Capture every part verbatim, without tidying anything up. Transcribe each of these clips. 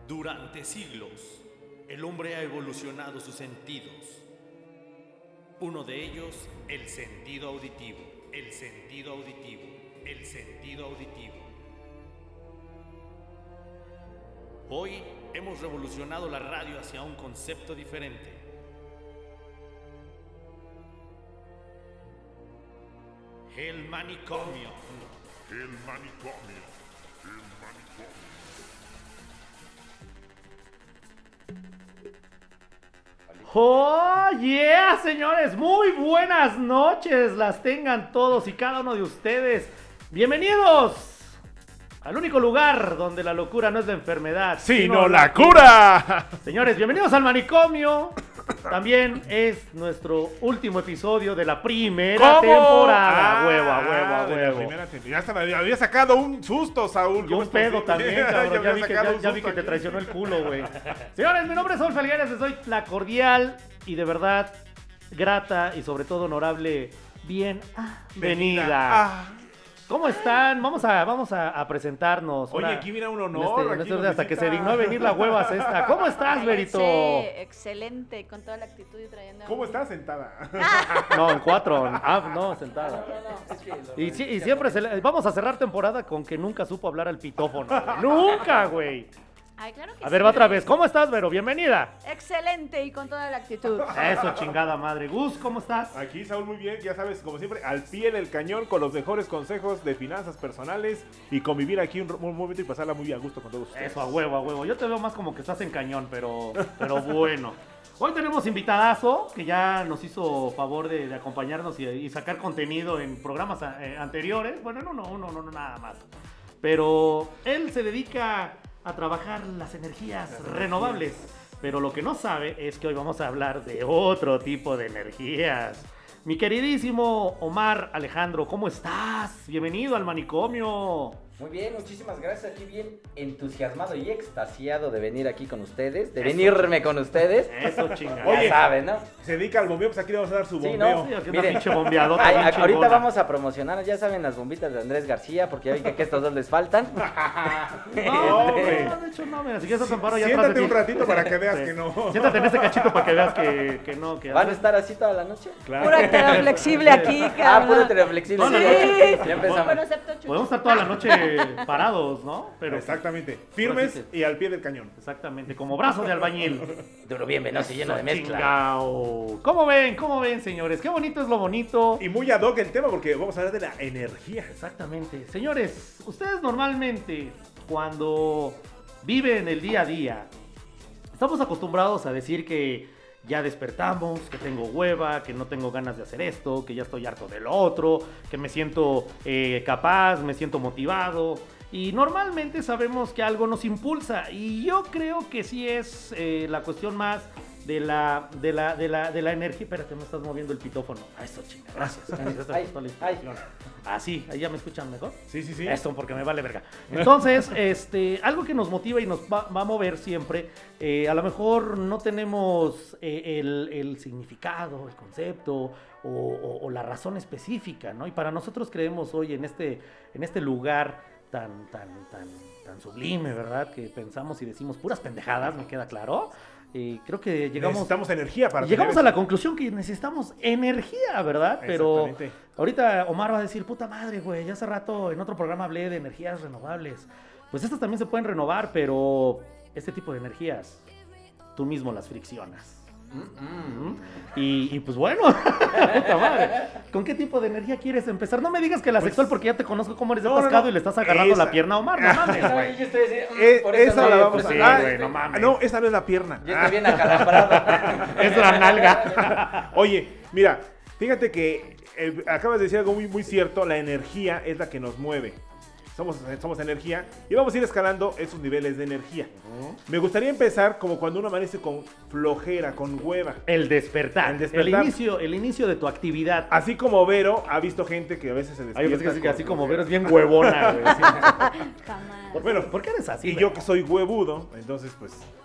Durante siglos, el hombre ha evolucionado sus sentidos. Uno de ellos, el sentido auditivo, el sentido auditivo, el sentido auditivo. Hoy hemos revolucionado la radio hacia un concepto diferente. El manicomio. El manicomio. El manicomio. ¡Oh, yeah, señores! Muy buenas noches las tengan todos y cada uno de ustedes. Bienvenidos al único lugar donde la locura no es la enfermedad, sino la cura. Señores, bienvenidos al manicomio. También es nuestro último episodio de la primera ¿Cómo? temporada. Ah, huevo, a huevo, a de la huevo. primera temporada. Ya hasta me había sacado un susto, Saúl. Y ¿Cómo un es pedo posible? también, cabrón. Ya, había vi que, sacado ya, un ya vi susto que te aquí. traicionó el culo, güey. Señores, mi nombre es Saúl Felgueres, les doy la cordial y de verdad grata y sobre todo honorable bienvenida. Ah. ¿Cómo están? Vamos a, vamos a, a presentarnos. Oye, Ahora, aquí mira un en honor. este- en aquí este nos orden hasta que se visita. dignó venir la huevas esta. ¿Cómo estás, Berito? Sí, excelente, con toda la actitud y trayendo... ¿Cómo estás sentada? No, en cuatro. Ah, no, sentada. Y, sí- y siempre se le- vamos a cerrar temporada con que nunca supo hablar al pitófono. güey. ¡Nunca, güey! Ay, claro que A ver, sí. va otra vez. ¿Cómo estás, Vero? Bienvenida. Excelente y con toda la actitud. Eso, chingada madre. Gus, ¿cómo estás? Aquí, Saúl, muy bien. Ya sabes, como siempre, al pie del cañón con los mejores consejos de finanzas personales y convivir aquí un, un momento y pasarla muy a gusto con todos ustedes. Eso, a huevo, a huevo. Yo te veo más como que estás en cañón, pero, pero bueno. Hoy tenemos invitadazo que ya nos hizo favor de, de acompañarnos y, y sacar contenido en programas eh, anteriores. Bueno, no, no, no, no, no, nada más. Pero él se dedica a trabajar las energías renovables. Pero lo que no sabe es que hoy vamos a hablar de otro tipo de energías. Mi queridísimo Omar Alejandro, ¿cómo estás? Bienvenido al manicomio. Muy bien, muchísimas gracias. Aquí bien entusiasmado y extasiado de venir aquí con ustedes, de Eso. venirme con ustedes. Eso, chingada. Oye, Ya saben, ¿no? Se dedica al bombeo, pues aquí le vamos a dar su Sí, bombeo. ¿no? Sí, aquí una Miren, pinche bombeadota Ay, bien a- ahorita chingona. vamos a promocionar, ya saben, las bombitas de Andrés García, porque ya vi que aquí estos dos les faltan. No, No, güey. güey. No, de hecho no, mira, si quieres te amparo ya atrás Siéntate de un ti. ratito para que veas Sí. que no. Siéntate en ese cachito para que veas que, que no, que ¿Van a estar así toda la noche? Claro. Puro flexible aquí, Ah, cabrón. puro teleflexible. No, no, sí. no. Ya empezamos. Bueno, excepto Chucho. podemos estar toda la noche parados, ¿no? Pero Exactamente. Firmes Ahora sí y al pie del cañón. exactamente, como brazo de albañil. Duro bien venoso y lleno de mezcla. Chingao. ¿Cómo ven? ¿Cómo ven, señores? Qué bonito es lo bonito. Y muy ad hoc el tema porque vamos a hablar de la energía. Exactamente. Señores, ustedes normalmente cuando viven el día a día, estamos acostumbrados a decir que ya despertamos, que tengo hueva, que no tengo ganas de hacer esto, que ya estoy harto del otro, que me siento eh, capaz, me siento motivado. Y normalmente sabemos que algo nos impulsa. Y yo creo que sí es eh, la cuestión más de la, de la, de la, de la energía. Espérate, me estás moviendo el pitófono. Ah, eso, chinga, gracias. Gracias, Ay, por la ay. inspiración. Ah, sí, ahí ya me escuchan mejor. Sí, sí, sí. Esto porque me vale verga. Entonces, este, algo que nos motiva y nos va, va a mover siempre, eh, a lo mejor no tenemos eh, el, el significado, el concepto o, o- o la razón específica, ¿no? Y para nosotros creemos hoy en este, en este lugar tan, tan, tan, tan sublime, ¿verdad? Que pensamos y decimos puras pendejadas, me queda claro. Eh, creo que llegamos... Necesitamos energía para Llegamos a tener la conclusión que necesitamos energía, ¿verdad? Pero Exactamente. ahorita Omar va a decir, puta madre, güey, ya hace rato en otro programa hablé de energías renovables. Pues estas también se pueden renovar, pero este tipo de energías, tú mismo las friccionas. Mm-mm. Y, y pues bueno, puta madre, ¿con qué tipo de energía quieres empezar? No me digas que la Pues- sexual porque ya te conozco cómo eres de No, no, atascado no. y le estás agarrando Esa- la pierna a Omar, no mames, No, güey. yo estoy así, mm, Eh, por eso esa no, la yo, vamos pues, a... sí, Ah, güey, no mames. No, esa no es la pierna. Yo estoy bien acalambrado. Es la nalga. Oye, mira, fíjate que eh, acabas de decir algo muy, muy cierto. La energía es la que nos mueve. Somos, somos energía y vamos a ir escalando esos niveles de energía. Me gustaría empezar como cuando uno amanece con flojera, con hueva. El despertar, El el despertar. inicio, el inicio de tu actividad. Así como Vero ha visto gente que a veces se Ay, despierta. yo pensé que así, con así como flojera. Vero es bien huevona, güey. Sí. Jamás. ¿Por, Bueno, ¿por qué eres así? Y Vero? yo que soy huevudo, entonces pues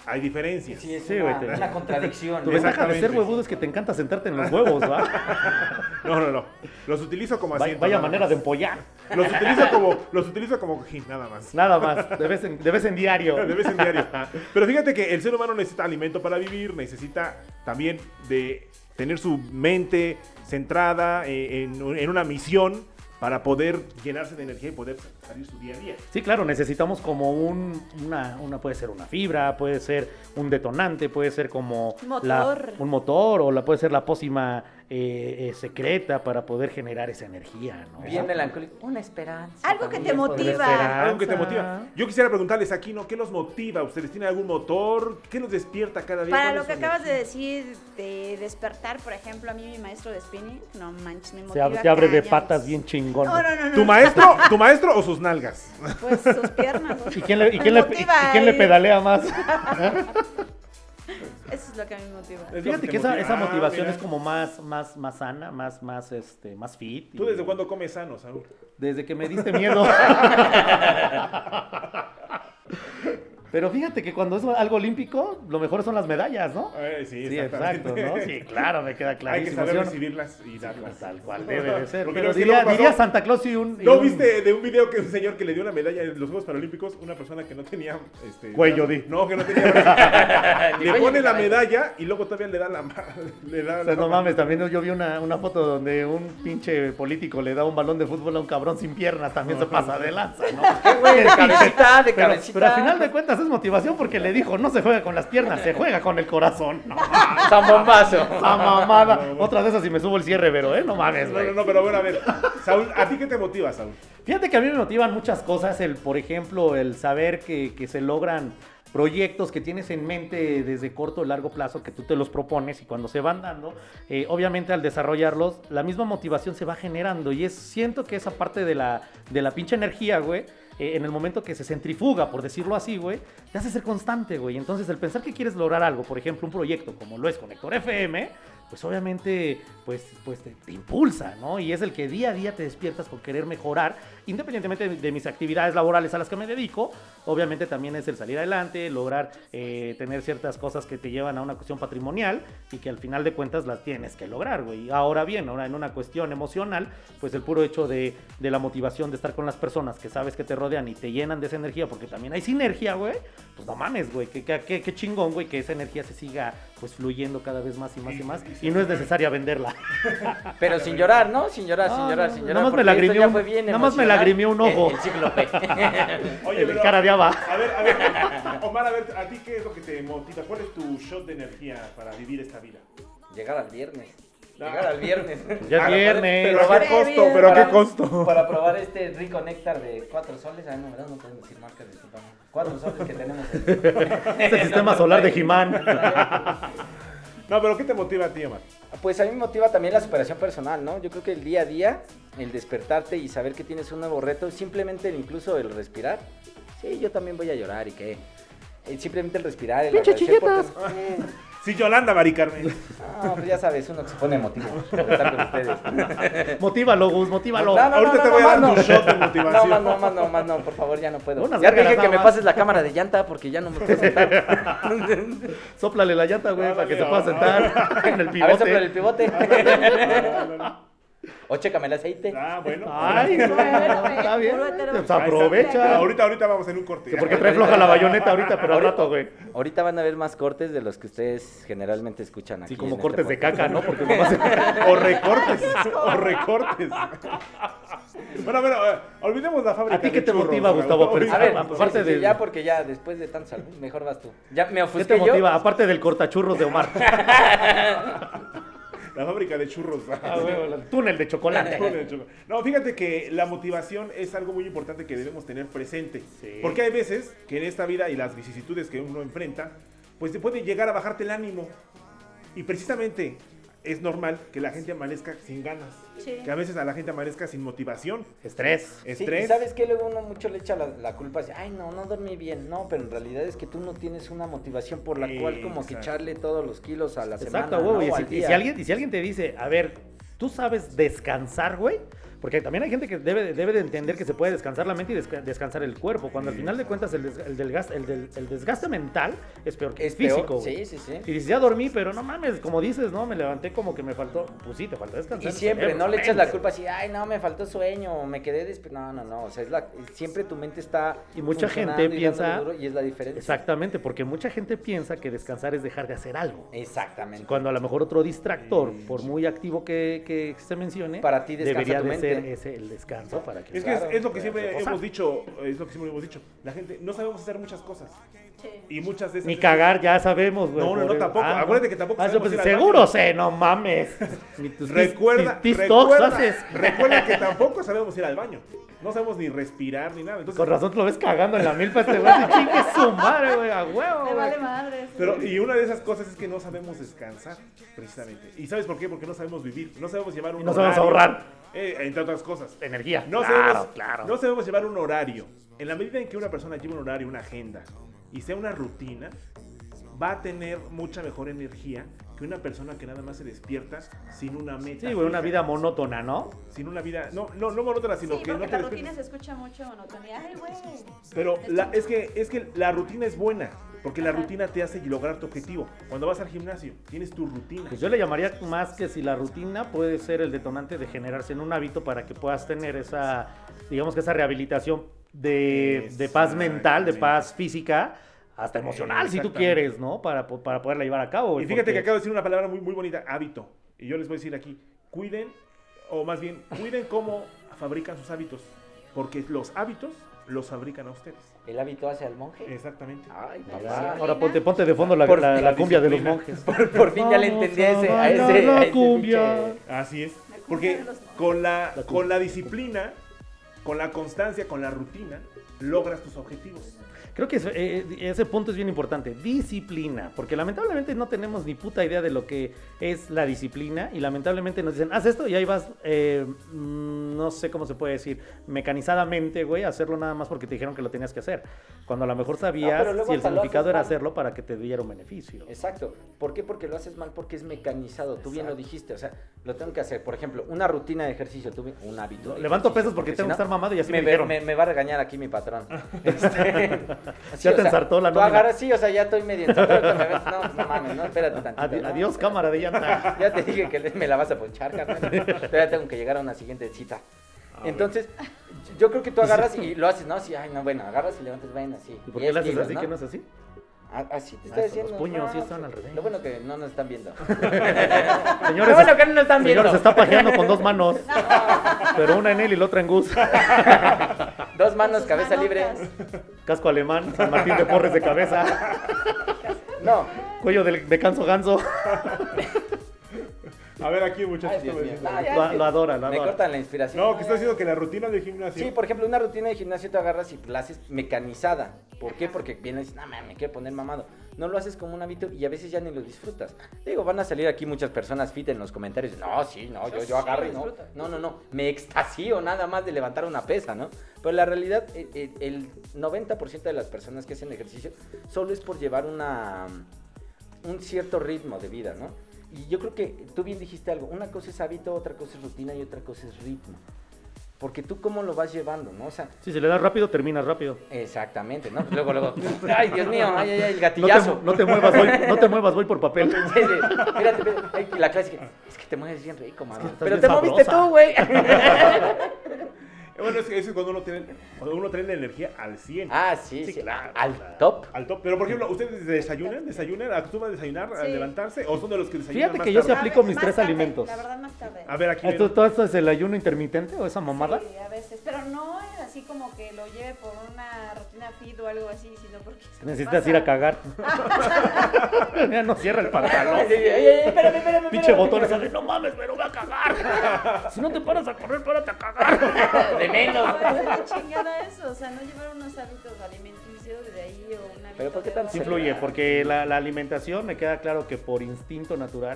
hay diferencias. Sí, es Sí, una, güey, te- una contradicción. Tu ¿no? ventaja de ser Exactamente. huevudo es que te encanta sentarte en los huevos, ¿va? No, no, no. Los utilizo como Vaya, asiento. vaya nada manera más. de empollar. Los utilizo como, los utilizo como cojín, nada más. Nada más, de vez en, de vez en diario. De vez en diario. Pero fíjate que el ser humano necesita alimento para vivir, necesita también de tener su mente centrada eh, en, en una misión para poder llenarse de energía y poder salir su día a día. Sí, claro, necesitamos como un, una, una, puede ser una fibra, puede ser un detonante, puede ser como Motor. la- un motor o la, puede ser la pócima eh, eh, secreta para poder generar esa energía, ¿no? Bien melancólico. Una esperanza. Algo que te también podría motiva. ser. Algo que te Esperanza. motiva. Yo quisiera preguntarles aquí, ¿no? ¿Qué los motiva? ¿Ustedes tienen algún motor? ¿Qué los despierta cada día? Para ¿Cuál lo es que su acabas de energía? decir de despertar, por ejemplo, a mí mi maestro de spinning, no manches, me Se, motiva. ab- te abre de cañón. patas bien chingón. No, no, no, no. ¿Tu maestro, tu maestro o sus nalgas? Pues sus piernas. ¿no? ¿Y quién le, y Me quién le, y- motiva y quién le ahí. pedalea más? Eso es lo que a mí me motiva. Es lo Fíjate te que esa, motiva. esa Ah, motivación mira. es como más, más, más sana, más, más, este, más fit. y- ¿Tú desde cuándo comes sano, Saúl? Desde que me diste miedo. Pero fíjate que cuando es algo olímpico, lo mejor son las medallas, ¿no? Eh, sí, Sí, exacto, exactamente. ¿no? Sí, claro, me queda Hay que clarísimo. saber ¿sí o no? recibirlas y darlas. Tal cual debe de ser. Porque Pero no, es que diría, luego pasó- diría Santa Claus y un... y ¿No un- viste de un video que un señor que le dio una medalla en los Juegos Paralímpicos, una persona que no tenía este, Cuello, brazo? di. No, que no tenía brazo. Ni Le cuello pone ni la cabeza. medalla y luego todavía le da la ma- le da O sea, la no mano. mames, también yo vi una, una foto donde un pinche político le da un balón de fútbol a un cabrón sin piernas, también se pasa de lanza, ¿no? Qué güey, de cabecita, de Pero, cabecita. pero al final de cuentas es motivación porque le dijo, no se juega con las piernas, se juega con el corazón. No, Zambombazo. esa mamada. Otra de esas y me subo el cierre, pero, ¿eh? No mames, No, güey. no, no, pero bueno, a ver. Saúl, ¿a ti qué te motiva, Saúl? Fíjate que a mí me motivan muchas cosas, el, por ejemplo, el saber que, que se logran proyectos que tienes en mente desde corto o largo plazo, que tú te los propones y cuando se van dando, eh, obviamente al desarrollarlos, la misma motivación se va generando y es, siento que esa parte de la, de la pinche energía, güey, eh, en el momento que se centrifuga, por decirlo así, güey, te hace ser constante, güey. Entonces, el pensar que quieres lograr algo, por ejemplo, un proyecto como lo es Conector F M, pues obviamente pues, pues te, te impulsa, ¿no? Y es el que día a día te despiertas con querer mejorar, independientemente de, de mis actividades laborales a las que me dedico, obviamente también es el salir adelante, lograr eh, tener ciertas cosas que te llevan a una cuestión patrimonial y que al final de cuentas las tienes que lograr, güey. Ahora bien, ahora en una cuestión emocional, pues el puro hecho de, de la motivación de estar con las personas que sabes que te rodean y te llenan de esa energía, porque también hay sinergia, güey, pues no mames, güey, que, que, que- que chingón, güey, que esa energía se siga pues fluyendo cada vez más y más y más, y no es necesaria venderla. Pero sin llorar, ¿no? Sin llorar, sin No, llorar, no, sin no, llorar. nada más me porque lagrimeó esto ya un- fue bien nada más me emocional. lagrimeó un ojo. El, el cíclope. Oye, El pero, cara de haba. a ver, a ver, Omar, a ver, ¿a ti qué es lo que te motiva? ¿Cuál es tu shot de energía para vivir esta vida? Llegar al viernes. No. Llegar al viernes. Ya es Para viernes. Pero a probar- qué costo, pero a para- qué costo. Para probar este rico néctar de cuatro soles. Ah, no, ¿verdad? No podemos decir marcas, disculpame. Cuatro soles que tenemos. Es el sistema solar de He-Man. No, pero ¿qué te motiva a ti, Omar? Pues a mí me motiva también la superación personal, ¿no? Yo creo que el día a día, el despertarte y saber que tienes un nuevo reto, simplemente el- incluso el respirar. Sí, yo también voy a llorar y que eh, simplemente el respirar, el ¡Pinche agradecer por chilletas! tu- Eh, Sí, Yolanda, Mari Carmen. no, pues ya sabes, uno que se pone emotivo por estar con ustedes. Motívalo, Gus, motívalo. No, no, Ahorita no, te no, voy a dar más tu no. shot de No, motivación. más no, más no, más no, por favor, ya no puedo. Unas Ya te gárgaras dije que me nada más. pases la cámara de llanta porque ya no me puedo sentar. Sóplale la llanta, güey, No, para que no, se pueda no. sentar en el A ver, sopla el pivote. pivote. No, no, no. O chécame el aceite. Ah, bueno. Ay, güey, está bien. Puro hetero. Pues aprovecha. Ahorita, ahorita vamos en un corte. Que porque trae floja la bayoneta ahorita, pero al rato, güey. Ahorita van a ver más cortes de los que ustedes generalmente escuchan aquí. Sí, como en cortes este de caca, ¿no? Porque nomás... O recortes. O recortes. Bueno, bueno, eh, olvidemos la fábrica. ¿A ti qué de te churros, motiva, Raúl. Gustavo? Pero- A ver, Aparte sí, sí, sí, de- ya porque ya después de tantos álbumes, mejor vas tú. Ya me ¿Qué ofusqué te yo. motiva? Aparte del cortachurros de Omar. La fábrica de churros. Ah, güey, el túnel de chocolate. No, fíjate que la motivación es algo muy importante que debemos tener presente. Sí. Porque hay veces que en esta vida y las vicisitudes que uno enfrenta, pues te puede llegar a bajarte el ánimo. Y precisamente es normal que la gente amanezca sin ganas. Sí. Que a veces a la gente amanezca sin motivación. Estrés. Sí, Estrés. y ¿sabes qué? Luego uno mucho le echa la, la culpa, dice, ay, no, no dormí bien. No, pero en realidad es que tú no tienes una motivación por la cual como que Exacto. echarle todos los kilos a la semana, Exacto, güey. ¿no? Y, O si- al y día. si alguien, y si alguien te dice, a ver, tú sabes descansar, güey. Porque también hay gente que debe, debe de entender que se puede descansar la mente y desca- descansar el cuerpo. Cuando al final de cuentas el, des- el, desgaste, el, del- el desgaste mental es peor que el Es peor, físico, güey. sí, sí, sí. Y dices, ya dormí, pero no mames, como dices, ¿no? Me levanté como que me faltó. Pues sí, te faltó descansar. Y el siempre, cerebro, no le echas la mente. culpa así, ay, no, me faltó sueño, o me quedé despierto. No, no, no, o sea, es la, siempre tu mente está Y mucha funcionando gente y piensa- dándole duro, y es la diferencia. Exactamente, porque mucha gente piensa que descansar es dejar de hacer algo. Exactamente. Cuando a lo mejor otro distractor, por muy activo que, que se mencione, Para ti descansa debería tu de mente. ser ese el descanso para que... Es que es, Claro, es lo que siempre hacer cosas. hemos dicho, es lo que siempre hemos dicho. La gente no sabemos hacer muchas cosas. Sí. Y muchas de esas Ni cagar, ya sabemos, güey. No, no, no, por el- tampoco. Acuérdate que tampoco Ah, yo sabemos pensé, ir al seguro baño. sé, no mames. Ni tus tis- Recuerda, tis- tis talks recuerda, haces. recuerda que tampoco sabemos ir al baño. No sabemos ni respirar ni nada. Entonces, Con razón te lo ves cagando en la milpa este güey. así, Chingue su madre, güey, a huevo, Me güey. vale madre. Pero, y una de esas cosas es que no sabemos descansar, precisamente. ¿Y sabes por qué? Porque no sabemos vivir, no sabemos llevar un Y no sabemos horario, ahorrar. eh, entre otras cosas. Energía. No, claro, sabemos, claro. no sabemos llevar un horario. En la medida en que una persona lleve un horario, una agenda, y sea una rutina, va a tener mucha mejor energía que una persona que nada más se despierta sin una meta. Sí, güey, una fija, vida monótona, ¿no? Sin una vida, no, no, no monótona, sino Sí, que no porque te la rutina despiertas. se escucha mucho monotonía. Ay, güey. Pero la- es, que, es que la rutina es buena, porque la rutina te hace lograr tu objetivo. Cuando vas al gimnasio, tienes tu rutina. Pues yo le llamaría más que si la rutina puede ser el detonante de generarse en un hábito para que puedas tener esa, digamos que esa rehabilitación de, de paz mental, de paz física, hasta emocional, si tú Exactamente. quieres, ¿no? Para, po- para poderla llevar a cabo. güey, Y fíjate porque- que acabo de decir una palabra muy, muy bonita, hábito. Y yo les voy a decir aquí, cuiden, o más bien, cuiden cómo fabrican sus hábitos. Porque los hábitos los fabrican a ustedes. El hábito hace al monje. Exactamente. Ay, Ya, papá. ahora ponte, ponte de fondo la, Por- la- la la cumbia de los disciplina. monjes. Por, por fin ya le Vamos entendí a ese, a a ese, bailar la a ese cumbia. pinche- Así es. Porque con la, con la disciplina, con la constancia, con la rutina, logras tus objetivos. Creo que ese, eh, ese punto es bien importante, disciplina, porque lamentablemente no tenemos ni puta idea de lo que es la disciplina y lamentablemente nos dicen, haz esto y ahí vas, eh, mm, no sé cómo se puede decir, mecanizadamente, güey, a hacerlo nada más porque te dijeron que lo tenías que hacer, cuando a lo mejor No, sabías pero luego si el hasta lo significado haces era mal. hacerlo para que te diera un beneficio. Exacto. ¿Por qué? Porque lo haces mal, porque es mecanizado. Tú bien lo dijiste, o sea, lo tengo que hacer. Por ejemplo, una rutina de ejercicio, tú bien- un hábito. de Levanto ejercicio, pesos porque si tengo que no, estar mamado y así me, me, dijeron. me, me va a regañar aquí mi patrón. Este, así, Ya o te sea, ensartó la tú nómina. agarras, sí, o sea, ya estoy medio ensartado, ahorita me ves, no, no mames, no, espérate tantito. Adi- ¿no? Adiós, cámara de llanta. Ya te dije que me la vas a ponchar, carnal. Todavía tengo que llegar a una siguiente cita. Entonces, yo creo que tú agarras y lo haces, ¿no? Sí, ay, no, bueno, agarras y levantas, bueno, sí. ¿Y por Y qué le haces estiras, así ¿no? que no es así? Ah, así te Ah, estoy los diciendo. puños sí no, están al revés. Lo bueno que no nos están viendo. Señores, Lo bueno que no nos están viendo. señores, se está pajeando con dos manos, pero una en él y la otra en Gus. Dos manos, Sus cabeza manotas. libre. Casco alemán, San Martín de Porres de cabeza, No. cuello de, de canso ganso. A ver aquí, muchachos. Ay, Dios ¿qué me mío. dicen? Ah, ya, Lo- que- lo adora, lo Me adora. cortan la inspiración. No, que está diciendo que la rutina del gimnasio. Sí, por ejemplo, una rutina de gimnasio te agarras y la haces mecanizada. ¿Por qué? Porque vienes y dices, no, man, me quiero poner mamado. No lo haces como un hábito y a veces ya ni lo disfrutas. Digo, van a salir aquí muchas personas fit en los comentarios. No, sí, no, yo, yo agarro y no. No, no, no. Me extasío nada más de levantar una pesa, ¿no? Pero la realidad, eh, eh, el noventa por ciento de las personas que hacen ejercicio solo es por llevar una un cierto ritmo de vida, ¿no? Y yo creo que tú bien dijiste algo. Una cosa es hábito, otra cosa es rutina y otra cosa es ritmo. Porque tú cómo lo vas llevando, ¿no? O sea, Si se le das rápido, terminas rápido. exactamente, ¿no? Luego, luego, ay, Dios mío, ay, ay, ay, el No gatillazo. te, no te muevas, voy, no te muevas, voy por papel. Sí, sí, Mírate, mírate, ay, la clásica, es que te mueves bien rico, mami. estás Pero bien te moviste sabrosa. tú, güey. Eh, Bueno, es que eso es cuando uno tiene, cuando uno trae la energía al cien. Ah, sí, Sí, sí, claro, al claro. top. Al top. Pero por ejemplo, ¿ustedes desayunan? ¿Desayunan? ¿Acostumbran a desayunar al Sí. levantarse? ¿O son de los que desayunan Fíjate más que yo sí tarde? aplico A ver, mis más tres tarde, alimentos. La verdad, más tarde. A ver, aquí. ¿Esto, ven. ¿Todo esto es el ayuno intermitente o esa mamada? Sí, a veces. Pero no es así como que lo lleve por una rutina fit o algo así, sino porque se me Necesitas pasa. ir a cagar. Ya no cierra el pantalón. Ay, ay, ay, espérame, espérame, Pinche espérame. botón sale, no mames, pero voy a cagar. Si no te paras a correr, párate a cagar. De menos. No, es una chingada eso, o sea, no llevar unos hábitos alimenticios de ahí o un hábito Pero ¿por qué de tan otro. Sí influye, porque la, la alimentación me queda claro que por instinto natural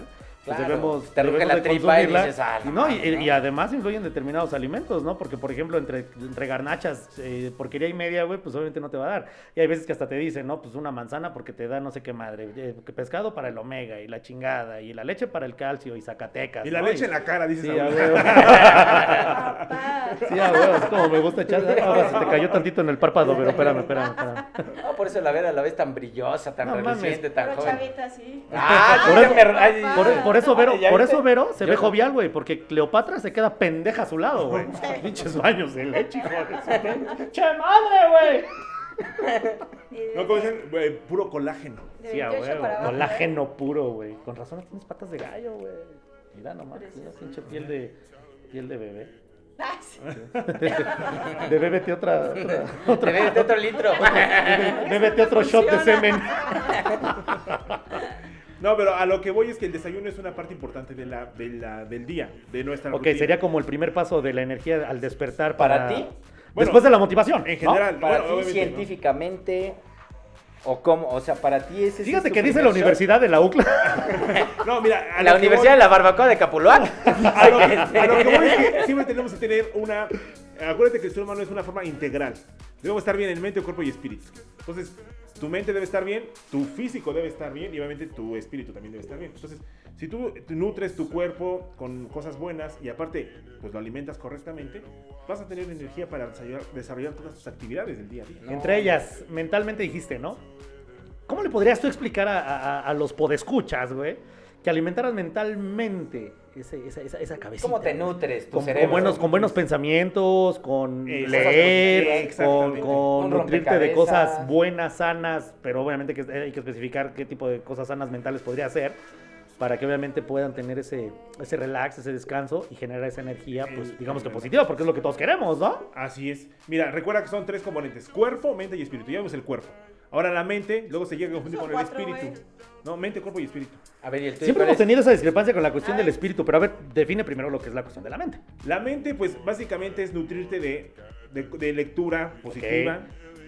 Claro, debemos, te ruge debemos la de tripa y consumirla. dices, ah, y, no no, y, mames, ¿no? y además influyen determinados alimentos, ¿no? Porque, por ejemplo, entre, entre garnachas, eh, porquería y media, güey, pues obviamente no te va a dar. Y hay veces que hasta te dicen, ¿no? Pues una manzana porque te da no sé qué madre, eh, que pescado para el omega y la chingada, y la leche para el calcio y Zacatecas. Y la ¿no? leche en la cara, dices. Sí, a abuela. huevo. Papá. Sí, a huevo, es como me gusta echar. Ahora se te cayó tantito en el párpado, pero espérame, espérame, espérame. No, por eso la vera la ves tan brillosa, tan No reluciente, tan Pero joven. chavita, sí. Ah, Por sí, eso- me- ay, Por, por eso Vero, ¿Ya por viste? eso Vero se Yo ve no. jovial, güey, porque Cleopatra se queda pendeja a su lado, güey. Pinches baños de leche, hijo de su ¡che madre, Y de- No, como dicen, güey, puro colágeno. de güey! Sí, a veintiocho huevo, para abajo, colágeno puro, güey. Con razón tienes patas de gallo, güey. Mira nomás, Precioso. una pinche piel de, piel de bebé. ¿eh? Ah, sí. De bébete otra, otra, otra- Te ves de otro litro. bebe- bébete otro shot de funciona. semen. No, pero a lo que voy es que el desayuno es una parte importante de la, de la, del día, de nuestra Ok, rutina. sería como el primer paso de la energía al despertar para... ¿Para ti? Bueno, Después de la motivación, En ¿no? general, Para bueno, ti, obviamente, ¿no? científicamente, o cómo, o sea, para ti ese es Fíjate tu que dice primer la shot. Universidad de la U C L A. No, mira, a La lo que Universidad voy- de la Barbacoa de Capuluac. A lo, a lo que voy es que siempre tenemos que tener una... Acuérdate que el ser humano es una forma integral. Debemos estar bien en mente, cuerpo y espíritu. Entonces, tu mente debe estar bien, tu físico debe estar bien y obviamente tu espíritu también debe estar bien. Entonces, si tú nutres tu cuerpo con cosas buenas y aparte, pues lo alimentas correctamente, vas a tener energía para desarrollar, desarrollar todas tus actividades del día a día. Entre ellas, mentalmente dijiste, ¿no? ¿Cómo le podrías tú explicar a, a- a los podescuchas, güey, que alimentaran mentalmente ese- esa, esa, esa cabecita? ¿Cómo te güey? nutres tu Con, con cerebro? buenos, con buenos pensamientos, con Eh, cosas leer, positivas, con, exactamente. con Un nutrirte de rompecabezas. cosas buenas, sanas, pero obviamente que hay que especificar qué tipo de cosas sanas mentales podría hacer para que obviamente puedan tener ese, ese relax, ese descanso y generar esa energía, pues El- digamos que positiva, porque es lo que todos queremos, ¿no? Así es. Mira, recuerda que son tres componentes: cuerpo, mente y espíritu. Ya vemos el cuerpo. Ahora la mente, luego se llega a confundir Son con el cuatro, espíritu. güey. No, mente, cuerpo y espíritu. A ver, ¿y el tuyo Siempre cuál hemos es? tenido esa discrepancia con la cuestión Ay. del espíritu, pero a ver, define primero lo que es la cuestión de la mente. La mente, pues básicamente es nutrirte de, de, de lectura positiva,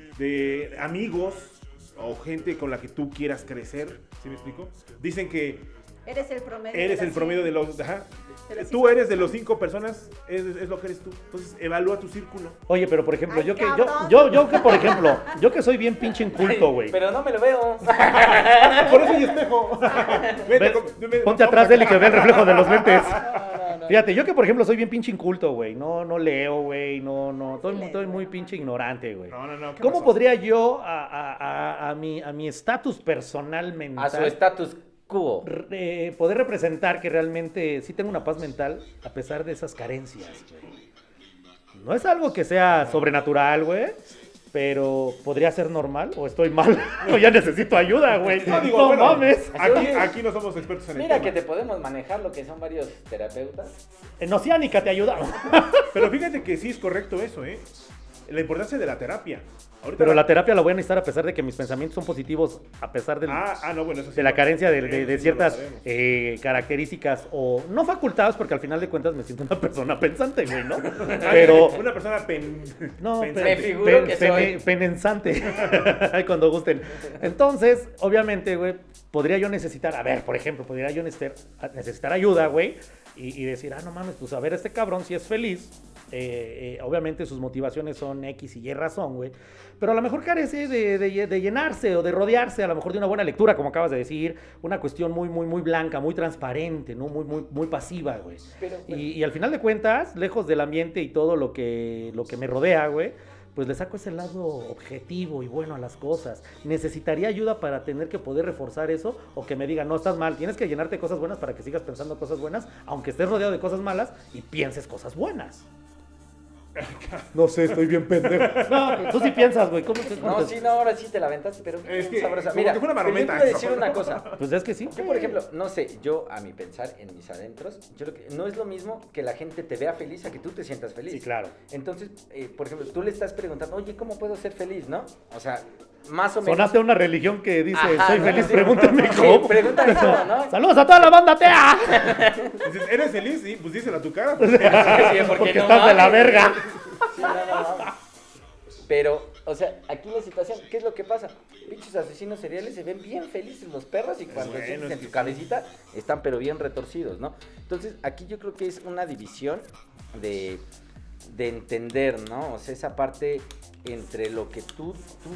de amigos o gente con la que tú quieras crecer. ¿Sí me explico? Dicen que Eres el promedio. de eres las el promedio de cien. los... Ajá. De las Tú cinco eres de los personas. cinco personas, es, es lo que eres tú. Entonces evalúa tu círculo. Oye, pero por ejemplo, Ay, yo que yo, cabrón. yo, yo que por ejemplo, yo que soy bien pinche inculto, güey. Pero no me lo veo. Por eso hay espejo. Vete, Ve- con- vete, Ponte vamos atrás de él y acá. que vea el reflejo de los lentes. No, no. Fíjate, yo que por ejemplo soy bien pinche inculto, güey. No, no leo, güey. No, no. Estoy, muy- estoy muy pinche ignorante, güey. No, no, no. ¿qué ¿Cómo pasó? podría yo a, a, a, a mi a mi estatus personal mental A su status quo. re- poder representar que realmente sí tengo una paz mental a pesar de esas carencias, güey? No es algo que sea sobrenatural, güey. Pero podría ser normal o estoy mal o ya necesito ayuda, güey. No, No, digo, bueno, mames. Aquí, aquí no somos expertos en el Mira tema. que te podemos manejar lo que son varios terapeutas. En Oceánica te ayuda. Pero fíjate que sí es correcto eso, ¿eh? La importancia de la terapia. Ahorita Pero la terapia la voy a necesitar a pesar de que mis pensamientos son positivos, a pesar del- Ah, ah, no, bueno, eso sí. de la no. carencia de, de- Eso de sí no lo ciertas sabemos. eh, características o no facultadas, porque al final de cuentas me siento una persona pensante, güey, ¿no? Pero Una persona pen... no, pensante. Me pe- figuro pe- que pene- soy. penensante. Ay, cuando gusten. Entonces, obviamente, güey, podría yo necesitar, a ver, por ejemplo, podría yo necesitar, necesitar ayuda, güey, y, y decir, ah, no mames, pues a ver, este cabrón si es feliz. Eh, eh, obviamente sus motivaciones son X y Y razón, güey. Pero a lo mejor carece de, de- de llenarse o de rodearse a lo mejor de una buena lectura, como acabas de decir. Una cuestión muy, muy, muy blanca, muy transparente, ¿no? Muy, muy, muy pasiva, güey. Pero, bueno. Y, y al final de cuentas, lejos del ambiente y todo lo que, lo que me rodea, güey, pues le saco ese lado objetivo y bueno a las cosas. ¿Necesitaría ayuda para tener que poder reforzar eso? O que me digan, no, estás mal, tienes que llenarte de cosas buenas para que sigas pensando cosas buenas, aunque estés rodeado de cosas malas y pienses cosas buenas. No sé, estoy bien pendejo. No, pero tú sí piensas, güey. ¿Cómo te No, sí, no, ahora sí te la aventaste, pero Es que, sabrosa. como Mira, que fue una pero yo te marometa voy a esto. decir una cosa. Pues es que sí. Yo, por ejemplo, no sé, yo a mi pensar en mis adentros, yo creo que no es lo mismo que la gente te vea feliz a que tú te sientas feliz. Sí, claro. Entonces, eh, por ejemplo, tú le estás preguntando, oye, ¿cómo puedo ser feliz, no? O sea, más o menos. Sonaste a una religión que dice, Ajá, soy ¿no? feliz, Sí. pregúntame Sí, cómo. pregúntame cómo, ¿no? Saludos a toda la banda T E A. Dices, ¿eres feliz? Sí, pues díselo a tu cara. Sí, porque Porque no estás de la mames. verga. Sí, no, no, no. Pero O sea, aquí la situación, ¿qué es lo que pasa? Pinches asesinos seriales se ven bien felices los perros y cuando bueno, sienten es en que su sí. cabecita están pero bien retorcidos, ¿no? Entonces, aquí yo creo que es una división de, de entender, ¿no? O sea, esa parte entre lo que tú, tú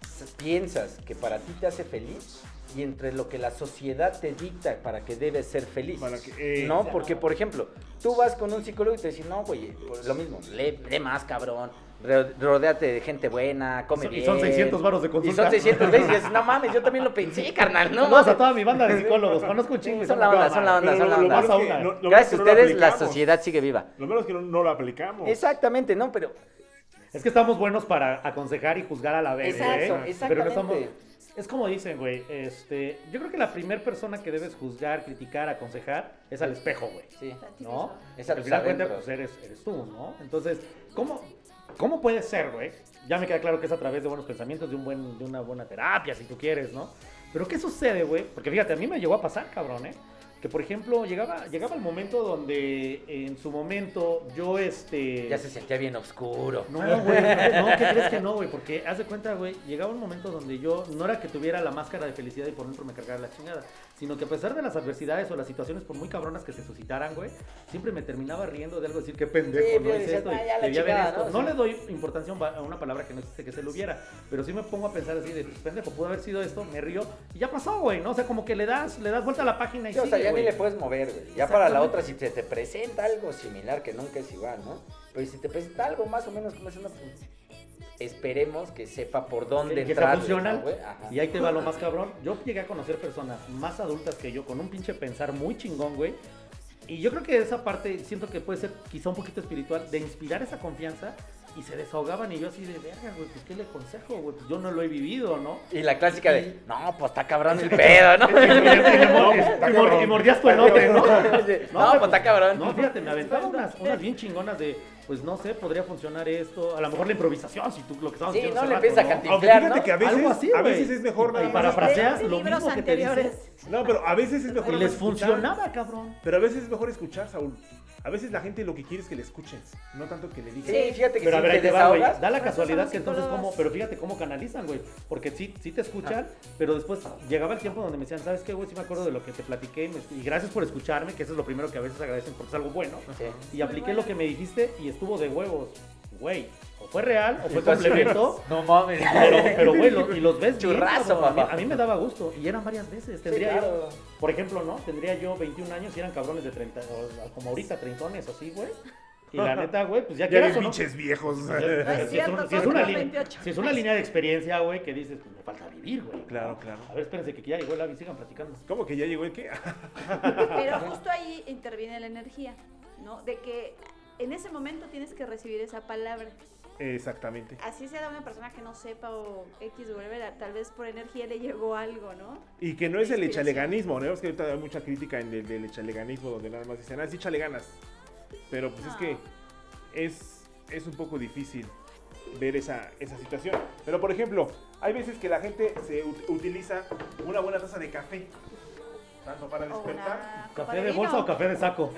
piensas que para ti te hace feliz y entre lo que la sociedad te dicta para que debes ser feliz. Para que- eh, no, porque, por ejemplo, tú vas con un psicólogo y te dice, no, güey, por lo mismo, lee, lee más, cabrón. Ro- Rodéate de gente buena, come Y son- y bien. son seiscientos varos de Y consulta. son seiscientos veces. Y dices, no mames, yo también lo pensé, carnal. No Saludos a mames. toda mi banda de psicólogos. Conozco un chingo. y Son la onda, son la onda, Pero son la lo- lo onda. malo es que Pasa no- una. lo malo Gracias es a que no lo ustedes, la aplicamos. sociedad sigue viva. Lo malo es que no, no lo aplicamos. Exactamente, no, pero Es que estamos buenos para aconsejar y juzgar a la vez. Exacto, ¿eh? exactamente. Pero no estamos. Es como dicen, güey. Este, yo creo que la primera persona que debes juzgar, criticar, aconsejar es al espejo, güey. sí. ¿No? Es a Al tus final de cuentas, adentros. pues eres, eres tú, ¿no? Entonces, ¿cómo, cómo puede ser, güey? Ya me queda claro que es a través de buenos pensamientos, de, un buen, de una buena terapia, si tú quieres, ¿no? Pero ¿qué sucede, güey? Porque fíjate, a mí me llegó a pasar, cabrón, ¿eh? Que, por ejemplo, llegaba, llegaba el momento donde en su momento yo, este... Ya se sentía bien oscuro. No, güey, no, ¿qué crees que no, güey? Porque haz de cuenta, güey, llegaba un momento donde yo no era que tuviera la máscara de felicidad y por dentro me cargara la chingada, sino que a pesar de las adversidades o las situaciones por muy cabronas que se suscitaran, güey, siempre me terminaba riendo de algo, decir qué pendejo, Sí, no pero es decías, esto, y "Ah, ya la debía ver chingada", esto. ¿no? No Sí. le doy importancia a un ba- a una palabra que no existe que se lo hubiera, pero sí me pongo a pensar así de, pues, pendejo, pudo haber sido esto, me río y ya pasó, güey, ¿no? O sea, como que le das, le das vuelta a la página y Sí, o sea, sigue, ya güey. ni le puedes mover, güey. Ya para la Exactamente. otra, si te, te presenta algo similar, que nunca es igual, ¿no? Pero si te presenta algo más o menos como es una... pues, esperemos que sepa por dónde que, que sea entrar. funcional. güey. Ajá. Y ahí te va lo más cabrón. Yo llegué a conocer personas más adultas que yo con un pinche pensar muy chingón, güey. Y yo creo que esa parte siento que puede ser quizá un poquito espiritual, de inspirar esa confianza y se desahogaban y yo así de verga, güey, pues qué le aconsejo, güey, pues yo no lo he vivido, ¿no? Y la clásica de, no, pues está cabrón el pedo, ¿no? Y, le- y le mor- y mor- y mordías tu elote, ¿no? No, güey, pues está cabrón. No, fíjate, me aventaba unas, unas bien chingonas de, pues no sé, podría funcionar esto, a lo mejor la improvisación, si tú lo que estabas Sí, diciendo no, hace le rato, empiezas a ¿no? cantar. Aunque Claro, fíjate ¿no? que a veces, Algo así, a güey. veces es mejor Y nada más. parafraseas De lo libros mismo que te dice. anteriores. No, pero a veces es mejor Y nada les más escuchar. funcionaba, cabrón. Pero a veces es mejor escuchar, Saúl. A veces la gente lo que quiere es que le escuchen, no tanto que le digan. Sí, fíjate que Pero a si ver, ahí te te va, güey. desahogas, Da la por eso casualidad somos que entonces psicólogos. cómo, pero fíjate cómo canalizan, güey. Porque sí, sí te escuchan, pero después llegaba el tiempo donde me decían, ¿sabes qué, güey? Sí me acuerdo de lo que te platiqué y, me- y gracias por escucharme, que eso es lo primero que a veces agradecen porque es algo bueno. Sí. Y apliqué lo que me dijiste y estuvo de huevos. Güey, o fue real o fue fue así. complemento. No mames. Pero, pero güey, lo- y los ves bien, Churrazo, cabrón. a, mí, papá. a mí me daba gusto. Y eran varias veces. Sí, Tendría claro. yo, por ejemplo, ¿no? Tendría yo veintiún años y eran cabrones de treinta, o como ahorita, treintones o así, güey. Y la neta, güey, pues ya Ya quieras bien o no. pinches viejos. No es Si es, cierto, un- si es todos una con línea, veintiocho. si es una línea de experiencia, güey, que dices, pues me falta vivir, güey. Claro, claro. A ver, espérense que ya llegó el Avi, sigan platicando. ¿Cómo que ya llegó el qué? Pero justo ahí interviene la energía, ¿no? De que en ese momento tienes que recibir esa palabra. Exactamente. Así sea de una persona que no sepa o X o whatever, tal vez por energía le llegó algo, ¿no? Y que no es el Inspiración. echaleganismo, ¿no? Es que ahorita hay mucha crítica en el del echaleganismo donde nada más dicen, ah, sí, échale ganas. Pero pues es No. que es, es un poco difícil ver esa, esa situación. Pero por ejemplo, hay veces que la gente se ut- utiliza una buena taza de café, tanto para O despertar. una copa ¿Café de vino. bolsa o café de saco?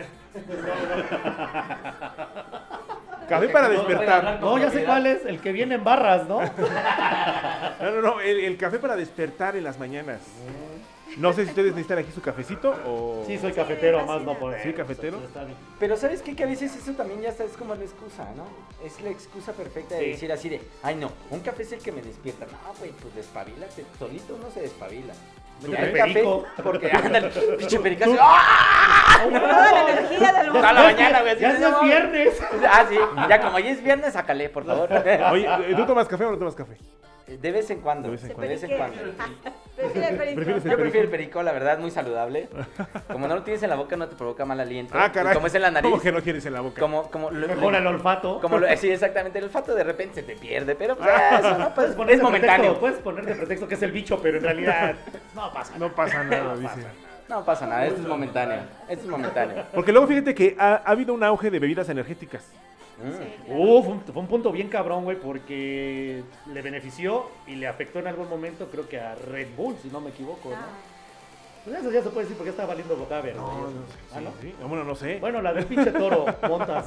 Café para despertar. No, ya sé cuál es, el que viene en barras, ¿no? No, no, no, el, el café para despertar en las mañanas. No sé si ustedes necesitan aquí su cafecito o... Sí, soy cafetero, Sí, más no fascina. por ¿Sí, cafetero? Está bien. Pero ¿sabes qué? Que a veces eso también ya está, es como la excusa, ¿no? Es la excusa perfecta de Sí. decir así de, ay no, un café es el que me despierta. No, güey, pues despabilate, solito uno se despabila. Tú Ya qué el café, perico. porque ándale, pinche pericazo, ¡ah! Toda la energía del Toda la mañana, güey. así Ya de, es no, viernes. Ah, sí, ya como hoy es viernes, sácale, por favor. Oye, ¿tú tomas café o no tomas café? De vez en cuando, De vez en de cuando. vez en ¿Qué? cuando. Prefiere el perico. ¿Prefieres el Yo prefiero el perico, la verdad, muy saludable. Como no lo tienes en la boca, no te provoca mal aliento. Ah, Y caray. como es en la nariz, ¿Cómo que no quieres en la boca? como, como, lo- Mejora el olfato. como lo, sí, exactamente, el olfato de repente se te pierde, pero pues, Ah. eso, no, pues, Puedes poner es de momentáneo. pretexto, puedes poner de pretexto que es el bicho, pero en realidad no pasa nada. No pasa nada, dice. No pasa nada, esto es momentáneo, esto es momentáneo. Porque luego fíjate que ha, ha habido un auge de bebidas energéticas. Mm. Sí, claro. Uh, fue un, fue un punto bien cabrón, güey, porque le benefició y le afectó en algún momento, creo que a Red Bull, si no me equivoco, ¿no? Ah, Pues eso ya se puede decir porque está valiendo boca verde. No, no sé. ¿Ah, no? Sí, sí. Bueno, no sé. Bueno, la del pinche toro, montas.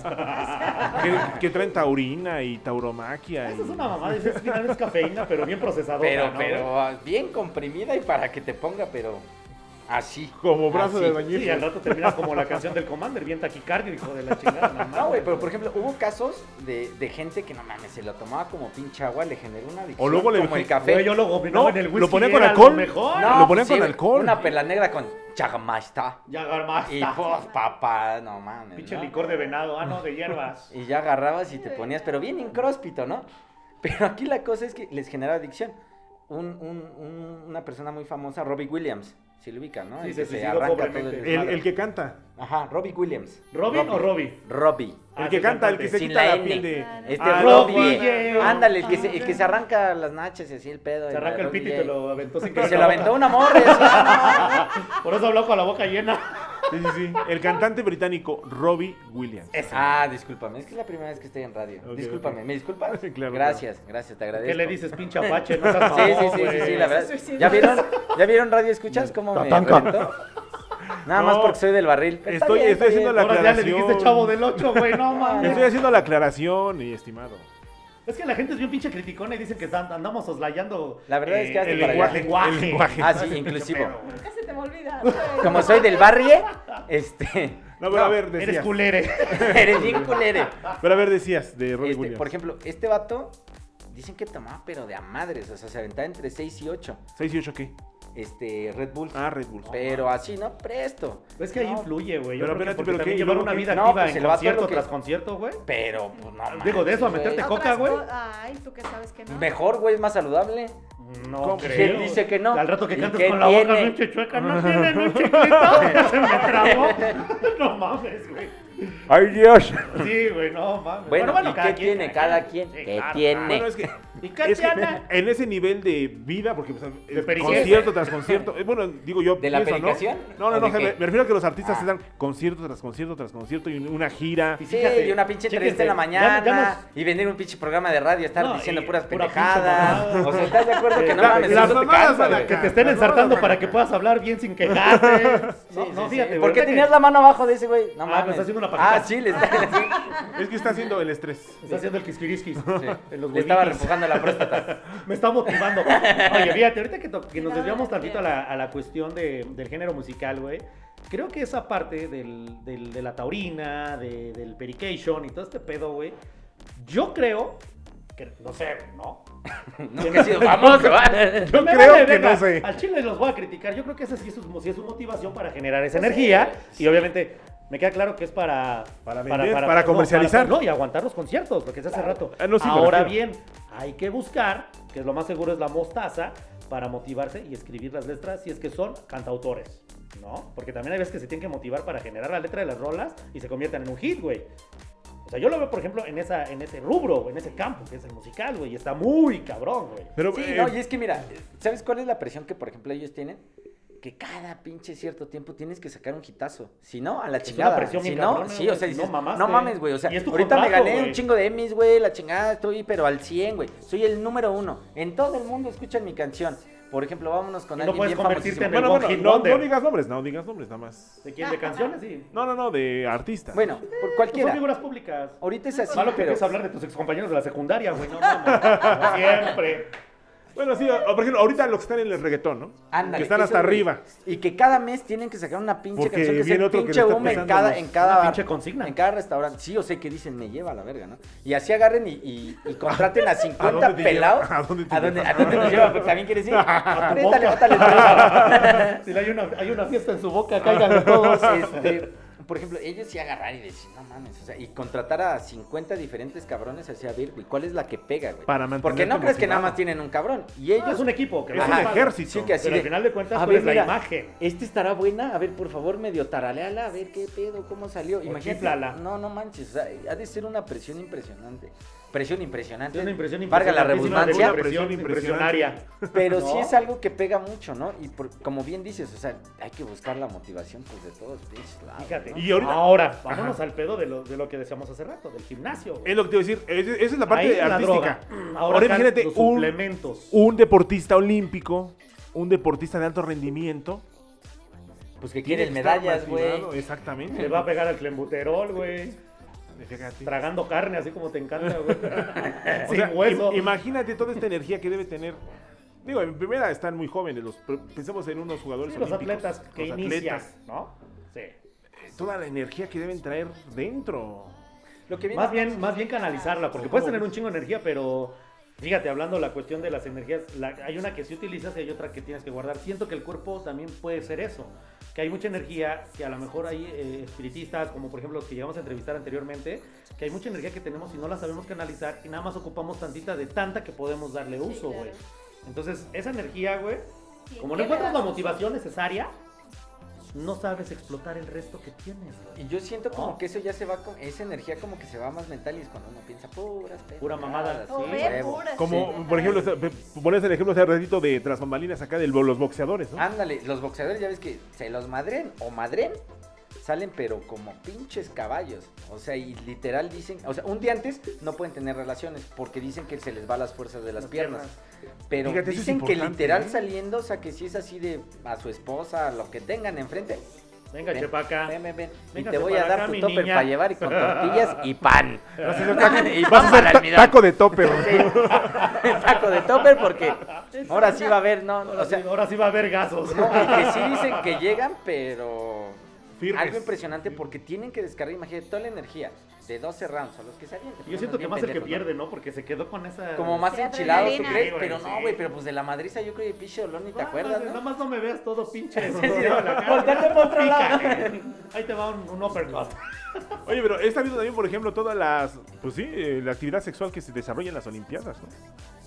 Que, que traen taurina y tauromaquia. Esa es y- una mamada, es, al final es cafeína, pero bien procesada. Pero, ¿no, pero güey? ah, bien comprimida y para que te ponga, pero así. Como brazo Así. de bañista. Sí, al rato terminas como la canción del Commander, bien taquicardio, hijo de la chingada. No, No, güey, pero por ejemplo, hubo casos de, de gente que no mames, se lo tomaba como pinche agua, le generó una adicción. O luego le- como el café. Güey, yo lo combinaba No, en el whisky. lo ponía con era alcohol. Lo mejor. No, lo ponían pues con sí, alcohol. Una perla negra con chagamasta. Ya agarraste. Y pues, papá, no mames. Pinche ¿no? licor de venado, ah, no, de hierbas. Y ya agarrabas y te ponías, pero bien incróspito, ¿no? Pero aquí la cosa es que les genera adicción. Un, un, un- una persona muy famosa, Robbie Williams, si lo ubican, ¿no? Sí, El se que se suicidó arranca todo pobremente. el... El, el que canta. Ajá, Robbie Williams. ¿Robin o Robbie? Robbie. El Ah, que sí, canta, el que cantante. se Sin quita la la N. piel de. Este Ah, Robbie. Robbie. Ándale, el que, se, el que se arranca las nachas y así el pedo. Se el arranca el Robbie pito y te lo aventó sin Y querer. se lo aventó una morra. y así, Por eso habló con la boca llena. Sí, sí, sí. El cantante británico Robbie Williams. Ah, discúlpame, es que es la primera vez que estoy en radio. Ok, discúlpame, ok. ¿me disculpas? Sí, claro, Gracias, gracias, te agradezco. ¿Qué le dices, pinche apache? No seas Sí, sí, mamón, sí, sí, güey. sí, la verdad. suicidó. ¿Ya vieron, ¿Ya vieron Radio Escuchas cómo me Tatanca. reventó? Nada más No. porque soy del barril. Está Estoy- bien, estoy está haciendo bien. la Ahora ya le aclaración. dijiste chavo del ocho, güey, no mames. Estoy haciendo la aclaración, y estimado. Es que la gente es bien pinche criticona y dicen que están- andamos soslayando. La verdad es que hazte el para lenguaje. allá. lenguaje. El lenguaje. Ah, sí, inclusivo. Ya se te va a olvidar. Como soy del barrio, este... No, pero a ver, Eres decías. culere. Eres bien culere. Pero a ver, decías de Robbie Este, Williams. por ejemplo, este vato, dicen que tomaba, pero de a madres, o sea, se aventaba entre seis y ocho. ¿seis y ocho qué? Este, Red Bull. Ah, Red Bull. Pero así, no presto. Es que ahí No, influye, güey. Yo Pero creo que espérate, porque pero también ¿qué? llevar ¿Y luego una qué? vida No, activa pues en el vato concierto lo que- tras concierto, güey. Pero, pues no Digo, de eso a manches, meterte güey. coca, güey. Ay, tú que sabes que no. Mejor, güey, es más saludable. No ¿Cómo? creo. ¿Quién dice que no? Al rato que ¿Y cantes qué con la boca tiene? bien chichueca, no tienen un chiquito. Se me trabó. No mames, güey. ¡Ay, Dios! Sí, güey, no mames. Bueno, ¿y cada qué tiene cada quien? Sí, ¿Qué claro, tiene? Bueno, es que, ¿Y qué es que tiene? en ese nivel de vida, porque pues, es periquero. concierto tras concierto, eh, bueno, digo yo, ¿De la pienso, ¿no? pericación? No, no, ¿O no, de me, qué? me refiero a que los artistas Ah. se dan concierto tras concierto tras concierto y una gira. Y Sí, fíjate, y una pinche chéquense, entrevista en la ya- mañana ya nos- y venir un pinche programa de radio, estar No, diciendo y puras pura pinche pendejadas. mamada. O sea, ¿estás de acuerdo que no La- mames? las Eso te mamadas cansa, a la güey. Que cara. te estén Las ensartando mamadas para acá. que puedas hablar bien sin quejarte. No, Sí, no, sí, fíjate, sí. güey. ¿Por qué ahorita tenías que la mano abajo de ese güey? No Ah, me mames. está haciendo una pajita. Ah, sí, le está, Es que está haciendo el estrés. Está haciendo el quisquiriskis. En los le estaba huevitos. refugando la próstata. Me está motivando. Oye, fíjate, ahorita que, to- que nos No, desviamos no, tantito a no. la, a la cuestión de- del género musical, güey. Creo que esa parte del, del- de la taurina, de- del perication y todo este pedo, güey. Yo creo que, no sé, ¿no? Nunca he sido famoso, ¿va? Yo Me creo vale que verga. no sé. Al chile los voy a criticar. Yo creo que esa sí es su, sí es su motivación para generar esa energía. Y obviamente me queda claro que es para... Para vender, para no, comercializar. no, y aguantar los conciertos, lo que se hace rato. Ah, no, sí, me Ahora refiero. bien, hay que buscar, que es lo más seguro es la mostaza, para motivarse y escribir las letras si es que son cantautores, ¿no? Porque también hay veces que se tienen que motivar para generar la letra de las rolas y se conviertan en un hit, güey. O sea, yo lo veo, por ejemplo, en, esa, en ese rubro, en ese campo, que es el musical, güey, y está muy cabrón, güey. Pero, Sí, eh, no, y es que mira, ¿sabes cuál es la presión que, por ejemplo, ellos tienen? Que cada pinche cierto tiempo tienes que sacar un hitazo. Si no, a la Es chingada. una presión si bien no, cabrona, sí, o güey, sea, si no dices, mamaste. no mames, güey. O sea, Y es tu ahorita me contrato, gané güey. un chingo de Emmys, güey, la chingada, estoy, pero al cien, güey. Soy el número uno. En todo el mundo escuchan mi canción. Por ejemplo, vámonos con Y no alguien puedes bien convertirte en famosísimo. el bueno, One bueno, Hit no, Wonder. no digas nombres, no digas nombres, nada más. ¿De quién? ¿De canciones? Sí. No, no, no, de artistas. Bueno, por Pues cualquiera. son figuras públicas. Ahorita es así, Malo que pero... empieces a hablar de tus excompañeros de la secundaria, güey, no mames. Como siempre. Bueno, sí, o- por ejemplo, ahorita los que están en el reggaetón, ¿no? Ándale, que están eso, hasta güey. arriba. Y que cada mes tienen que sacar una pinche Porque canción que sea viene el otro que pinche le está boom en pesando cada, los- en cada una bar, pinche consigna. en cada restaurante. Sí, o sea, que dicen, me lleva a la verga, ¿no? Y así agarren y, y, y contraten a cincuenta dónde te pelados. lleva? ¿A dónde te ¿A dónde, lleva? ¿A dónde nos lleva? Porque también quieres ir. A tu Bótale, boca. bótale, bótale. Si hay una, hay una fiesta en su boca, cáiganle todos. Este, por ejemplo, ellos sí agarrar y decir, no mames, o sea, y contratar a cincuenta diferentes cabrones así a ver, güey, ¿cuál es la que pega, güey? Para Porque mantenerte no crees que nada motivado. más tienen un cabrón. Y ellos... No, es un equipo. Que Es va un a- ejército. Sí, que así Pero de, al final de cuentas, a tú ver, eres la mira, imagen. Esta estará buena, a ver, por favor, medio taraleala, a ver qué pedo, cómo salió. Imagínate. chiflala. No, no manches, o sea, ha de ser una presión impresionante. Presión impresionante. Es una impresión Valga la impresionantísima de redundancia. una presión Presión impresionaria. Pero ¿no? sí es algo que pega mucho, ¿no? Y por- como bien dices, o sea, hay que buscar la motivación pues de todos pinches lados, Fíjate. ¿no? Y ahorita- Ahora, vámonos al pedo de lo, de lo que decíamos hace rato, del gimnasio. güey. Es lo que te iba a decir, es- esa es la parte Ahí la artística. droga. Ahora, Ahora acá imagínate los un, suplementos. un deportista olímpico, un deportista de alto rendimiento, Pues que Tiene quieren que estar medallas, güey. motivado, Exactamente. Le va a pegar al clembuterol, güey. Fíjate. Tragando carne, así como te encanta, güey. O Sin sea, hueso. im- imagínate toda esta energía que debe tener. Digo, en primera están muy jóvenes, los, pero pensemos en unos jugadores Sí, los olímpicos, atletas que los inician, atletas, ¿no? Sí. toda la energía que deben traer dentro. Lo que viene Más bien, más bien canalizarla, porque Sí, puedes como- tener un chingo de energía, pero fíjate, hablando la cuestión de las energías, la- hay una que sí utilizas y hay otra que tienes que guardar. Siento que el cuerpo también puede ser eso, que hay mucha energía, que a lo mejor hay eh, espiritistas, como por ejemplo los que llegamos a entrevistar anteriormente, que hay mucha energía que tenemos y no la sabemos canalizar y nada más ocupamos tantita de tanta que podemos darle uso, claro. güey. Entonces, esa energía, güey, Sí, como no ¿qué le encuentras la das uso? motivación necesaria, no sabes explotar el resto que tienes, güey. Y yo siento como No. que eso ya se va, con, esa energía como que se va más mental y es cuando uno piensa puras Pura mamada, pendejadas, O sí, ve huevo. puras Como, pendejadas. por ejemplo, esta- pones el ejemplo hace ratito de tras bambalinas acá de los boxeadores, ¿no? Ándale, los boxeadores ya ves que se los madren o madren, salen pero como pinches caballos. O sea, y literal dicen, o sea, un día antes no pueden tener relaciones porque dicen que se les va las fuerzas de las, Las piernas. piernas. Pero Fíjate, eso es dicen que importante, literal ¿eh? saliendo, o sea, que si es así de a su esposa, a lo que tengan enfrente. Venga, ven, chepaca. Ven, ven, ven. Y Véngase te voy a para dar acá, tu mi topper niña. para llevar y con tortillas y pan. Vas a hacer taco, Y vas a vamos hacer al ta- almidón. taco de topper. Sí, taco de topper porque ahora sí va a haber, no, Ahora, o sea, sí, ahora sí va a haber gasos. no, y que sí dicen que llegan, pero Firmes. algo impresionante porque tienen que descargar, imagínate, toda la energía de doce rounds, a los que salían. Yo siento que más el que pierde, ¿no? Porque se quedó con esa... Como más Sí, enchilado, ¿tú adrenalina. crees? Sí, güey, Pero sí. no, güey, pero pues de la madriza yo creo que pinche olor ni te Ah, acuerdas, Nada ¿no? más no me veas todo pinche. Sí, sí, sí, la cara. volteate por otro lado. Pícale. Ahí te va un, un uppercut. Oye, pero está viendo también, por ejemplo, todas las, pues sí, eh, la actividad sexual que se desarrolla en las Olimpiadas, ¿no?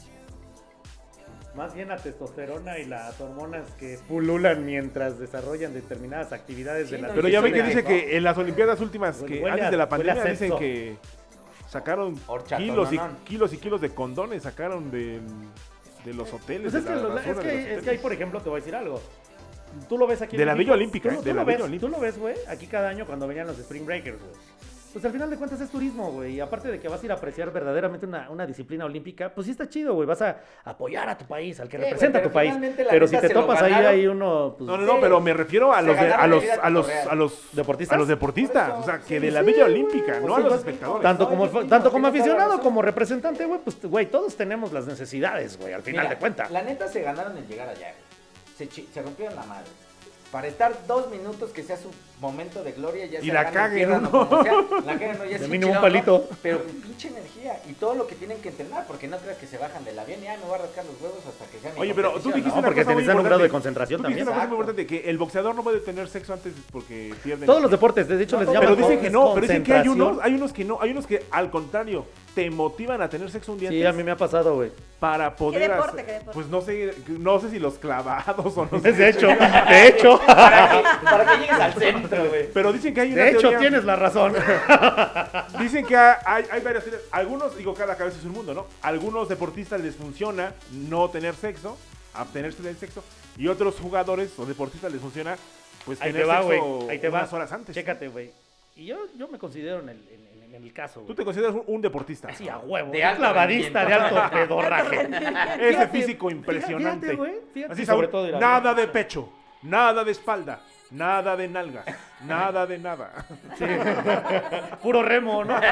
Más bien la testosterona y las hormonas que pululan mientras desarrollan determinadas actividades Sí, de la no, Pero y ya eso ven que de- dice que en las Olimpiadas últimas, Huele- que huele antes a- de la huele a pandemia, dicen sexo. que sacaron Horchata, kilos y, no, no. kilos y kilos de condones, sacaron del- de los hoteles. Pues es de que, la lo- basura es, de que, los es que ahí, hoteles. por ejemplo, te voy a decir algo. Tú lo ves aquí en De la México, Villa Olímpica, tú, ¿eh? tú De la lo Villa ves, Olímpica. Tú lo ves, güey, aquí cada año cuando venían los Spring Breakers, güey. Pues al final de cuentas es turismo, güey. Y aparte de que vas a ir a apreciar verdaderamente una, una disciplina olímpica, pues sí está chido, güey. Vas a apoyar a tu país, al que Sí, güey, representa a pero tu país. finalmente la Pero si neta te se lo topas ahí, ganaron. hay uno, pues... No, no, no, Sí. pero me refiero a Se los, de- ganaron a la los, vida a los, cotorreal. a los ¿Deportistas? a los deportistas, Por eso. o sea, que Sí, de la sí. Villa Olímpica, Pues no a sí, los pues, espectadores. Tanto No, como, yo- tanto yo- como tienes toda la aficionado razón. como representante, güey, pues, güey, todos tenemos las necesidades, güey, al final Mira, de cuentas. La neta se ganaron el llegar allá, güey. Se, chi- se rompieron la madre. Para estar dos minutos que sea su momento de gloria, ya Y sea la gana, caguen, pierdan ¿no? o como sea, la caguen, ¿no? Ya es De mínimo un chingado, palito. ¿no? Pero pinche energía y todo lo que tienen que entrenar, porque no creas que se bajan del avión y ah, me voy a rascar los huevos hasta que sea mi Oye, pero tú competición, dijiste No, una porque cosa muy necesitan un grado de importante. concentración Tú también. dijiste una cosa muy Exacto. importante, que el boxeador no puede tener sexo antes porque pierde. Todos los deportes, de hecho, No, les no, llaman Pero dicen que no, pero dicen que hay concentración. unos, hay unos que no, hay unos que al contrario te motivan a tener sexo un día Sí, antes a mí me ha pasado, güey. para poder deporte, hacer- qué deporte? pues no sé, no sé si los clavados o no sé. De hecho, de hecho, Para que, para que llegues al centro, güey. Pero dicen que hay una de hecho, teoría- tienes la razón. Dicen que hay, hay varias teorías. Algunos, digo, cada cabeza es un mundo, ¿no? Algunos deportistas les funciona no tener sexo, abstenerse del sexo, y otros jugadores o deportistas les funciona pues Ahí tener te va, sexo güey. Ahí te va. unas horas antes. Chécate, güey. Y yo, yo me considero en el, en, en el caso, Tú güey. te consideras un, un deportista. Sí, a huevo. De De alto clavadista, de alto pedorraje. Ese Fíjate, físico fíjate, impresionante. fíjate, güey, fíjate, Así, sobre Saúl, todo, mira, nada mira. de pecho, nada de espalda, nada de nalgas, nada de nada. Sí. Puro remo, ¿no?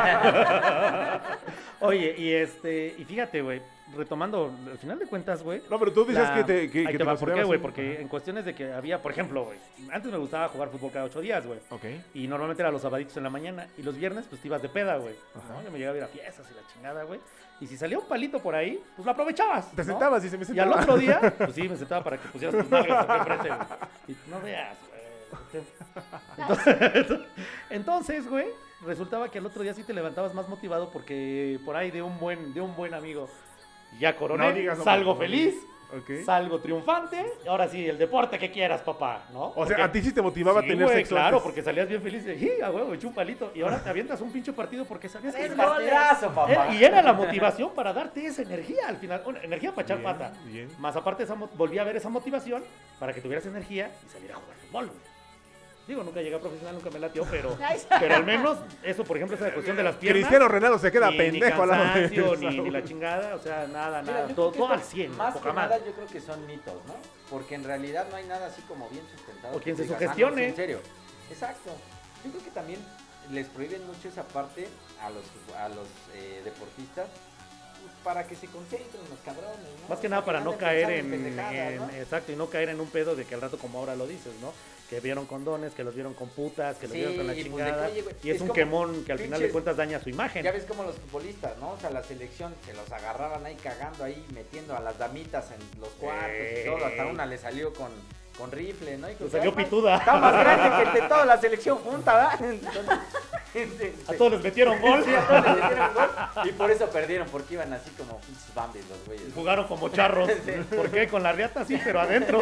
Oye, y este, y fíjate, güey, retomando, al final de cuentas, güey. No, pero tú dices la- que te que, ahí que te te va, ¿por qué, consideras güey? un- Porque en cuestiones de que había, por ejemplo, güey, antes me gustaba jugar fútbol cada ocho días, güey. Ok. Y normalmente era los sabaditos en la mañana. Y los viernes, pues te ibas de peda, güey. ¿no? Yo me llegaba a ir a fiestas y la chingada, güey. Y si salía un palito por ahí, pues lo aprovechabas. Te ¿no? sentabas y se me Y sentaba. al otro día, pues sí, me sentaba para que pusieras tus nalgas aquí enfrente, güey. Y no veas, güey. Entonces, entonces, güey, resultaba que al otro día sí te levantabas más motivado porque por ahí de un buen, de un buen amigo ya coroné, No digas, no, salgo no, feliz, Ok. salgo triunfante, y ahora sí, el deporte que quieras, papá, ¿no? O sea, Porque- a ti sí te motivaba Sí, tener güey, sexo. claro, antes. porque salías bien feliz de, ¡sí, a huevo, eché un palito! Y ahora te avientas un pinche partido porque sabías que Tres ibas- goles. Pasteazo, papá. Era- y era la motivación para darte esa energía al final, una energía para echar Bien, pata. bien. Más aparte, esa mo- volví a ver esa motivación para que tuvieras energía y salir a jugar fútbol, güey. Digo, nunca llegué a profesional, nunca me latió, pero, Ay, pero al menos eso, por ejemplo, esa cuestión de las piernas. Cristiano Ronaldo se queda ni, pendejo al ni lado de cansancio, ni, Saúl. ni la chingada, o sea, nada, Mira, nada, yo todo, creo que todo al esto, cien, Más poca que madre. nada yo creo que son mitos, ¿no? Porque en realidad no hay nada así como bien sustentado. O quien que se digas, "Ah, no, sugestione". sí, en serio. Exacto. Yo creo que también les prohíben mucho esa parte a los, a los eh, deportistas pues, para que se concentren los cabrones, ¿no? Más que O nada sea, para no no anden caer pensando en, pendejadas, en- ¿no? exacto, y no caer en un pedo de que al rato, como ahora lo dices, ¿no? Que vieron condones, que los vieron con putas, que los Sí, vieron con la y pues de chingada. que, oye, güey, y es, es un como quemón que al final de pinches- cuentas daña su imagen. Ya ves como los futbolistas, ¿no? O sea, la selección se los agarraban ahí cagando ahí, metiendo a las damitas en los cuartos y todo. Hasta Ey. una le salió con, con rifle, ¿no? Y Le con- salió Ay, man, pituda. Está más grande que el de toda la selección junta, ¿verdad? Entonces, este, A todos les metieron gol. sí, a todos les metieron gol. Y por eso perdieron, porque iban así como pinches bambis los güeyes. ¿no? Jugaron como charros. Sí. ¿Por qué? Con la riata sí, pero adentro.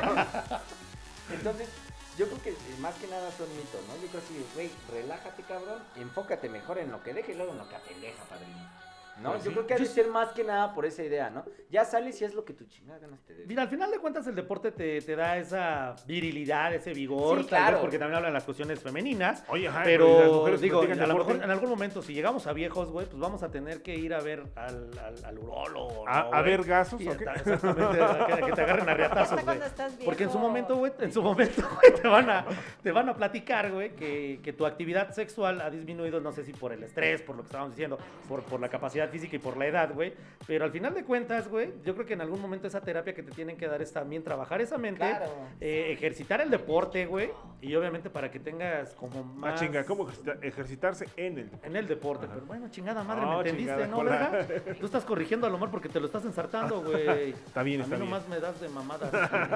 Entonces, yo creo que eh, más que nada son mitos, ¿no? Yo creo que, güey, relájate, cabrón, enfócate mejor en lo que deje y luego en lo que apendeja, padrino. ¿No? Pues yo sí. creo que ha de Yo- ser más que nada por esa idea, ¿no? Ya sales y es lo que tu chingada ganas te dé. Mira, al final de cuentas el deporte te, te da esa virilidad, ese vigor, Sí, tal vez claro. porque también hablan las cuestiones femeninas. Oye, ajá, pero ¿y las pero mujeres digo, a practican lo deporte? mejor en algún momento, si llegamos a viejos, güey, pues vamos a tener que ir a ver al, al, al urólogo. ¿A- ¿no, a güey? ver gasos Y o qué? ta- Exactamente, a que, que te agarren a riatazos, Hasta güey. cuando estás Porque en su viejo. momento, güey, en su momento, güey, te van a, te van a platicar, güey, que, que tu actividad sexual ha disminuido, no sé si por el estrés, por lo que estábamos diciendo, por, por la capacidad física y por la edad, güey. Pero al final de cuentas, güey, yo creo que en algún momento esa terapia que te tienen que dar es también trabajar esa mente, Claro. eh, ejercitar el deporte, güey, y obviamente para que tengas como Ah, más... chinga, ¿cómo ejercita- ejercitarse en el En el deporte, pero bueno, chingada madre, No, ¿me entendiste, chingada no, cola. verga? Tú estás corrigiendo a lo mejor porque te lo estás ensartando, güey. Está bien, A está mí bien. nomás me das de mamadas.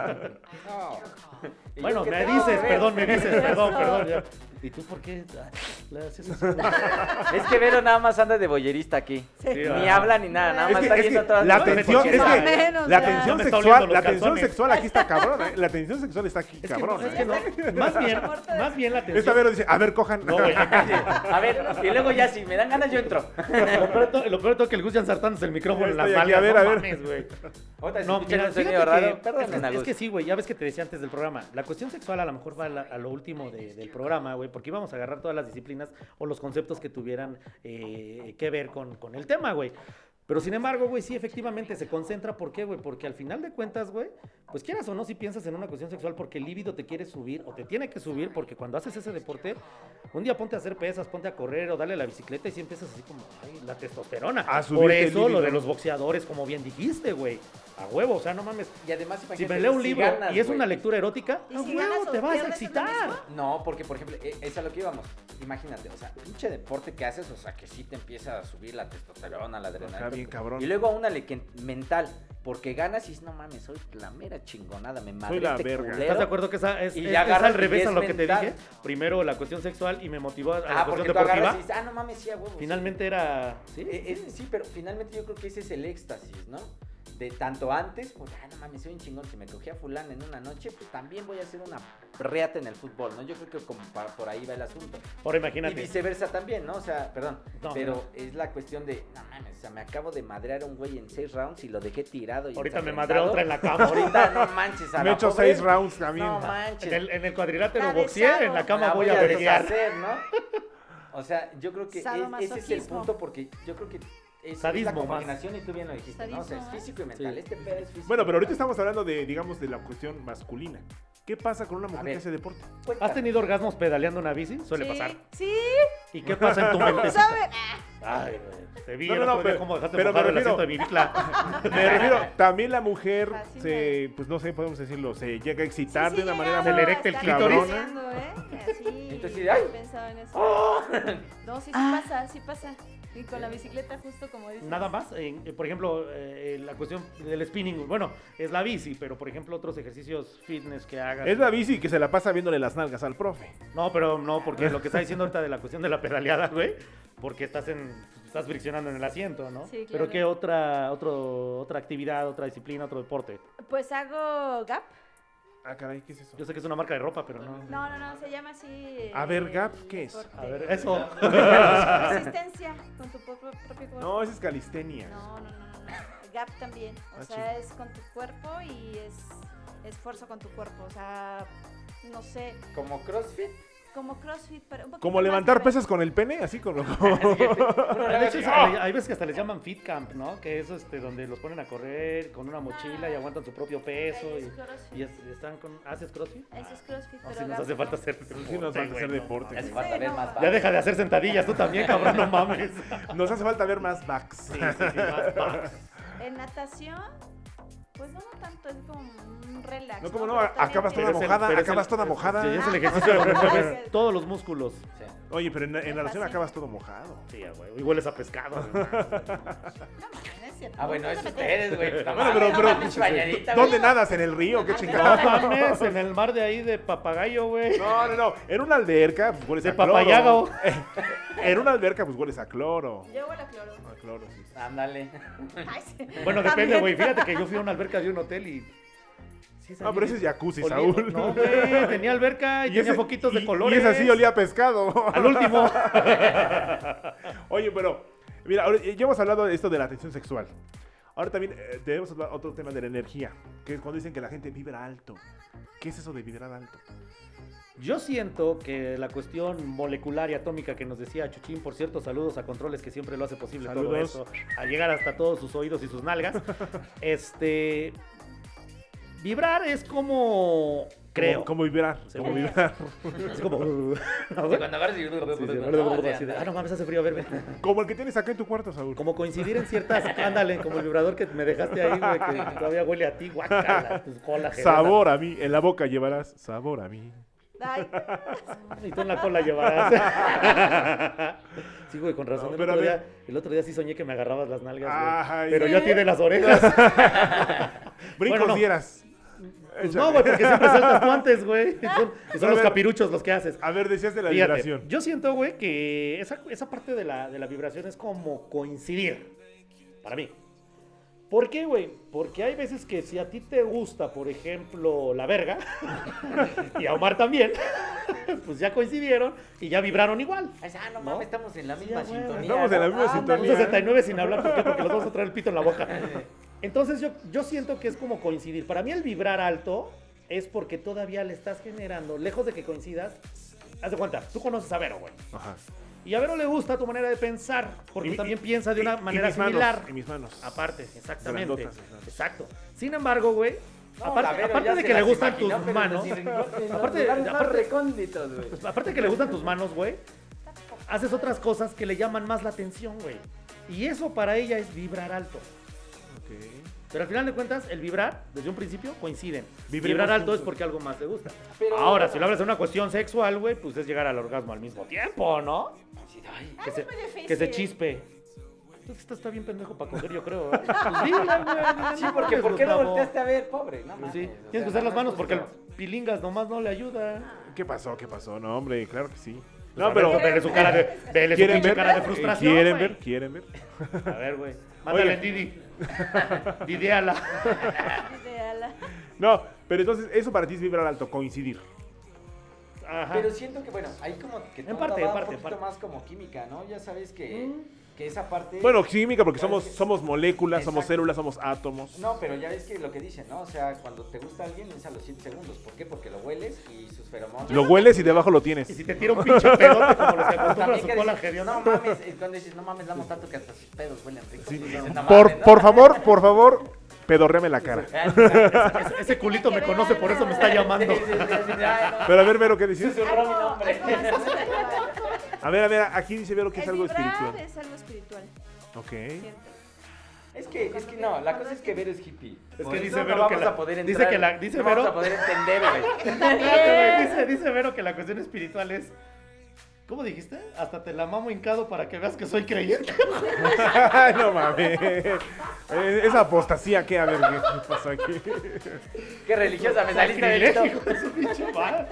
No. Y Bueno, yo que me tengo dices, que ver. perdón, me dices, perdón, Eso. perdón. ya. ¿Y tú por qué ah, le haces así? Es que Vero nada más anda de boyerista aquí. Sí, Ni ah. habla ni nada, nada Es más que, está es que viendo todas la las tensión, cosas es porque que sabe. menos, la ya. tensión Ya me está sexual, oliendo la los tensión calzones. sexual aquí está cabrona, ¿eh? La tensión sexual está aquí Es que, cabrona. no, es que ¿eh? no, más bien, más bien la Esta tensión. Vero dice, a ver, cojan. No, güey, A ver, y luego ya si me dan ganas yo entro. lo peor, de todo- lo peor de todo es que el Gus ya ensartándose el micrófono en las Estoy aquí, nalgas. a ver, no a ver. mames, güey. Ahorita si No, escuchan mira, un sonido fíjate raro, que, perdonen, es, que, es Agus. que sí, güey, ya ves que te decía antes del programa. La cuestión sexual a lo mejor va a, la- a lo último de- del programa, güey, porque íbamos a agarrar todas las disciplinas o los conceptos que tuvieran eh, que ver con, con el tema, güey. Pero sin embargo, güey, sí, efectivamente se concentra. ¿Por qué, güey? Porque al final de cuentas, güey, pues quieras o no, si piensas en una cuestión sexual porque el líbido te quiere subir o te tiene que subir, porque cuando haces ese deporte, un día ponte a hacer pesas, ponte a correr o dale a la bicicleta y si empiezas así como, ay, la testosterona. A Por subirte el eso lo líbido. de los boxeadores, como bien dijiste, güey, a huevo, o sea, no mames. Y además, Si imagínate, me leo un si libro ganas, y es güey. una lectura erótica, ¿Y a si huevo, ganas o te vas a pierdes, es lo excitar. mismo? No, porque por ejemplo, e- es a lo que íbamos. Imagínate, o sea, pinche deporte que haces, o sea, que sí te empieza a subir la testosterona, la adrenalina. Acá bien cabrón. Y luego a una le que mental, porque ganas y dices, no mames, soy la mera chingonada, me madre la este verga. culero. ¿Estás de acuerdo que esa es, Y es- ya es agarras al revés y a es lo que te mental. dije? Primero la cuestión sexual y me motivó a la Ah, porque cuestión tú agarras deportiva. y dices, ah, no mames, sí, a huevo. sí". Finalmente era... ¿sí? Eh, eh, sí, pero finalmente yo creo que ese es el éxtasis, ¿no? De tanto antes, pues, ah, no mames, soy un chingón. Si me cogí a fulano en una noche, pues también voy a hacer una reata en el fútbol, ¿no? Yo creo que como para, por ahí va el asunto. Ahora Y imagínate. viceversa también, ¿no? O sea, perdón, No, pero no. es la cuestión de, no mames, o sea, me acabo de madrear a un güey en seis rounds y lo dejé tirado. Y Ahorita me ensangrentado. madré otra en la cama. Ahorita no manches, a Me he la hecho pobre, seis rounds también. No manches. En el, en el cuadrilátero La boxeé, deshago. en la cama la voy a pelear. deshacer, ¿no? O sea, yo creo que e- ese es el Sadomasoquismo. punto porque yo creo que es, Sadismo es la más. compaginación y tú bien lo dijiste, ¿no? O sea, es Sadismo, ¿eh? físico y mental. Sí. Este pedo es físico. Bueno, pero ahorita y estamos hablando de, digamos, de la cuestión masculina. ¿Qué pasa con una mujer ver. que hace deporte? mental. ¿Has tenido orgasmos pedaleando una bici? Suele Sí, pasar. Sí, ¿Y qué pasa en tu mente? ¿sabe? Ay, güey, te vi No, el no, no, otro día pero- cómo dejaste pero me mojado el refiero- asiento de mi bicla. Me refiero, también la mujer Fascina. se, pues no sé, podemos decirlo, se llega a excitar Sí, de sí, una manera llegaba Se le muy erecta el a clítoris. estar deseando, ¿eh? Así, Entonces, sí, ay. pensaba en eso. No, sí, sí pasa, sí pasa. Y con la bicicleta justo como dices. Nada más, en- eh, por ejemplo, eh, la cuestión del spinning, bueno, es la bici, pero por ejemplo otros ejercicios fitness que hagas. Es la bici que se la pasa viéndole las nalgas al profe. No, pero no, porque lo que está diciendo ahorita de la cuestión de la pedaleada, güey, porque estás en estás friccionando en el asiento, ¿no? Sí, claro. Pero qué otra otro otra actividad, otra disciplina, otro deporte. Pues hago gap. Ah, caray, ¿qué es eso? Yo sé que es una marca de ropa, pero no. No, no, no, se llama así. A ver, eh, gap, ¿qué es? deporte. A ver, eso. Resistencia con tu propio, propio cuerpo. No, esa es calistenia. No, no, no, no, no. Gap también. O Ah, sea, es con tu cuerpo y es esfuerzo con tu cuerpo. O sea, no sé, Como CrossFit. como CrossFit, pero un poquito Como más levantar de- pesas con el pene, así como... De hecho, hay hay veces que hasta les llaman fit camp, ¿no? Que es este, donde los ponen a correr con una mochila y aguantan su propio peso. Ahí Y, es CrossFit. y es- y están con... ¿Haces crossfit? Eso es CrossFit, No, pero sí nos hagamos- hace falta hacer Sí, nos deporte, falta hacer güey, no deporte. mames. Hace falta Sí, ver no, más ma- Ya bajas. deja de hacer sentadillas, tú también, cabrón, no mames. Nos hace falta ver más backs. Sí, sí, sí, más backs. En natación, pues no, no tanto, es como un relax. No, como no, Pero también acabas tiene- toda mojada, pero es acabas el- toda mojada. Sí, es el ejercicio donde mueves todos los músculos. Sí. Oye, pero en, en Me natación fascina. acabas todo mojado. Sí, güey. Y hueles a pescado. además. No, no es cierto. Ah, bueno, No es te ustedes, güey. No Bueno, mames, pero- no pero- mames, bañadita, ¿Dónde güey. nadas? ¿En el río? ¿Qué No chingado? mames, en el mar de ahí de papagayo, güey. No, no, no. En una alberca, pues hueles De a cloro. papayago. En una alberca, pues hueles a cloro. Yo huelo a cloro. A cloro, sí. Ándale. Ay, sí. Bueno, depende, También. güey. Fíjate que yo fui a una alberca de un hotel y... sí salí Ah, pero ese de- es jacuzzi, olía- Saúl. No, güey, tenía alberca y, tenía ese- foquitos y- de colores. Y es así, olía a pescado. Al último. Oye, pero, mira, ahora, ya hemos hablado de esto de la tensión sexual. Ahora también eh, debemos hablar otro tema de la energía, que es cuando dicen que la gente vibra alto. ¿Qué es eso de vibrar alto? Yo siento que la cuestión molecular y atómica que nos decía Chuchín, por cierto, saludos a Controles que siempre lo hace posible todo Saludos. eso, a llegar hasta todos sus oídos y sus nalgas. Este vibrar es como creo, Como, como vibrar, Sí, como güey. vibrar. es como ¿no, Sí, güey? cuando agarras y... Sí, sí, No, así sí, de, anda. ah, no mames, hace frío, a ver, ven. Como el que tienes acá en tu cuarto, Saúl. Como coincidir en ciertas, ándale, como el vibrador que me dejaste ahí, güey, que todavía huele a ti, guacala, tus cola, Sabor a mí, en la boca llevarás sabor a mí. Ay, Y tú en la cola llevarás. Sí, güey, con razón. No, el, pero otro a ver. día, el otro día sí soñé que me agarrabas las nalgas, güey. Ay. Pero yo a ti de las orejas. Brincos Bueno, no. dieras. Pues Échale. no, güey, porque siempre saltas tú antes, güey. Y son, y son A los ver. capiruchos los que haces. A ver, decías de la Fíjate, vibración. yo siento, güey, que esa, esa parte de la, de la vibración es como coincidir. Para mí. ¿Por qué, güey? Porque hay veces que si a ti te gusta, por ejemplo, la verga, y a Omar también, pues ya coincidieron y ya vibraron igual. Ah, no ¿No? mames, estamos en la Sí, misma güey. sintonía. Estamos en la ¿no? misma Ah, sintonía. Un sesenta y nueve sin hablar, ¿por qué? Porque los vamos a traer el pito en la boca. Entonces yo, yo siento que es como coincidir. Para mí el vibrar alto es porque todavía le estás generando, lejos de que coincidas, haz de cuenta, tú conoces a Vero, güey. Ajá. Y a Vero le gusta tu manera de pensar, porque Y- también y- piensa de una y- y manera mis manos, similar. y mis manos. Aparte, exactamente. Grandotas, grandotas. Exacto. Sin embargo, güey, No, aparte, la Vero aparte ya de se que le las gustan tus imaginó, pero manos, en los- en los aparte- lugares más aparte- recónditos, güey. pues, aparte de que le gustan tus manos, güey, haces otras cosas que le llaman más la atención, güey. Y eso para ella es vibrar alto. Ok. Pero al final de cuentas, el vibrar, desde un principio, coinciden. Vibremos Vibrar alto juntos. es porque algo más te gusta. Pero- Ahora, si lo hablas de una cuestión sexual, güey, pues es llegar al orgasmo al mismo tiempo, ¿no? Sí, ay, Que se, muy difícil. que se chispe. Tú estás está bien pendejo para coger, yo creo. ¿eh? Pues dile, güey. Sí, porque ¿por qué no Gustavo? volteaste a ver, pobre? No Pues mames, sí, o sea, tienes que usar las no es manos porque el justo. pilingas nomás no le ayuda. ¿Qué pasó? ¿Qué pasó? No, hombre, claro que sí. Pues No, a pero... ver, vele su cara de, vele su ¿Quieren pinche ver? cara de Eh, frustración, ¿Quieren güey. ver? ¿Quieren ver? A ver, güey. Mándale, Oigan. Didi. Dideala. ideal. No, pero entonces eso para ti es vibrar alto, coincidir. Ajá. Pero siento que, bueno, hay como que En todo parte, va en parte, un en poquito parte. más como química, ¿no? Ya sabes que, Mm. que esa parte... Bueno, química porque Ya somos, ves que- somos moléculas, somos Exacto. células, somos átomos. No, pero ya ves que lo que dicen, ¿no? O sea, cuando te gusta alguien es a los siete segundos. ¿Por qué? Porque lo hueles y sus feromonas... Lo hueles y debajo lo tienes. Y si te tira un pinche pedote como los que acostumbra También su que cola dices, hedionda. no mames, y cuando dices, no mames, damos tanto que hasta sus pedos huelen ricos. Sí. Y dices, no Por, mames, ¿no? por favor, por favor, pedorréame la cara. Ese, ese culito me conoce, por eso me está llamando. Sí, sí, sí, sí, sí, ay, no. Pero a ver, Vero, ¿qué decís? Susurró mi nombre. A ver, a ver, aquí dice Vero que es El algo vibrar espiritual. es algo espiritual, Ok. siento. Es que, es que no, la cosa es que Vero es hippie. Es Por que eso dice no Vero vamos que la- a poder dice entrar, que la- dice no vamos Vero- a poder entender, güey. Fíjate, güey, dice, dice Vero que la cuestión espiritual es... ¿Cómo dijiste? Hasta te la mamo hincado para que veas que soy creyente. Ay, no mames. Eh, Esa apostasía, ¿qué? A ver, ¿qué pasó aquí? Qué religiosa me saliste de Sacrilegio, hijo de su pinche madre.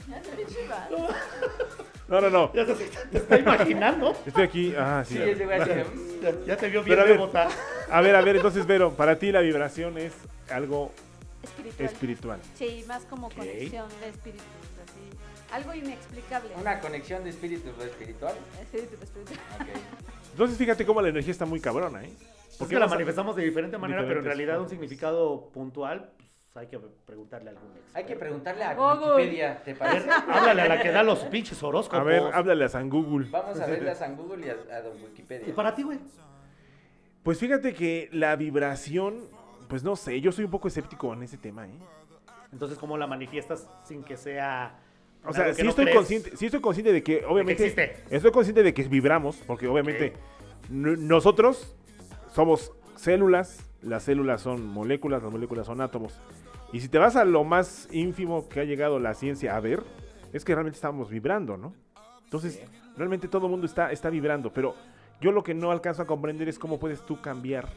No, no, no. Ya se te está imaginando. Estoy aquí. Ah, sí. Sí, ese güey así de, mm. Ya, ya te vio bien Pero a ver, devota. a ver, a ver, entonces, Vero, para ti la vibración es algo Espiritual. espiritual. Sí, más como conexión de espíritus, así. Algo inexplicable. Una conexión de espíritu lo espiritual. Espíritu, espíritu. Ok. Entonces, fíjate cómo la energía está muy cabrona, ¿eh? Porque la vas a- manifestamos de diferente manera, pero en Diferentes realidad un formas. significado puntual pues, pues hay que preguntarle a algún experto. Hay que preguntarle a Google. Wikipedia, ¿te A ver, parece? háblale a la que da los pinches horóscopos. A ver, háblale a San Google. Vamos a verle a San Google y a, a don ¿Y Wikipedia. para ti, güey? Pues fíjate que la vibración, pues no sé, yo soy un poco escéptico en ese tema, ¿eh? Entonces, ¿cómo la manifiestas sin que sea... O sea, algo que sí no estoy crees? consciente, sí estoy consciente de que obviamente existe. estoy consciente de que vibramos, porque obviamente n- nosotros somos células, las células son moléculas, las moléculas son átomos. Y si te vas a lo más ínfimo que ha llegado la ciencia a ver, es que realmente estamos vibrando, ¿no? Entonces, realmente todo el mundo está, está vibrando, pero yo lo que no alcanzo a comprender es cómo puedes tú cambiar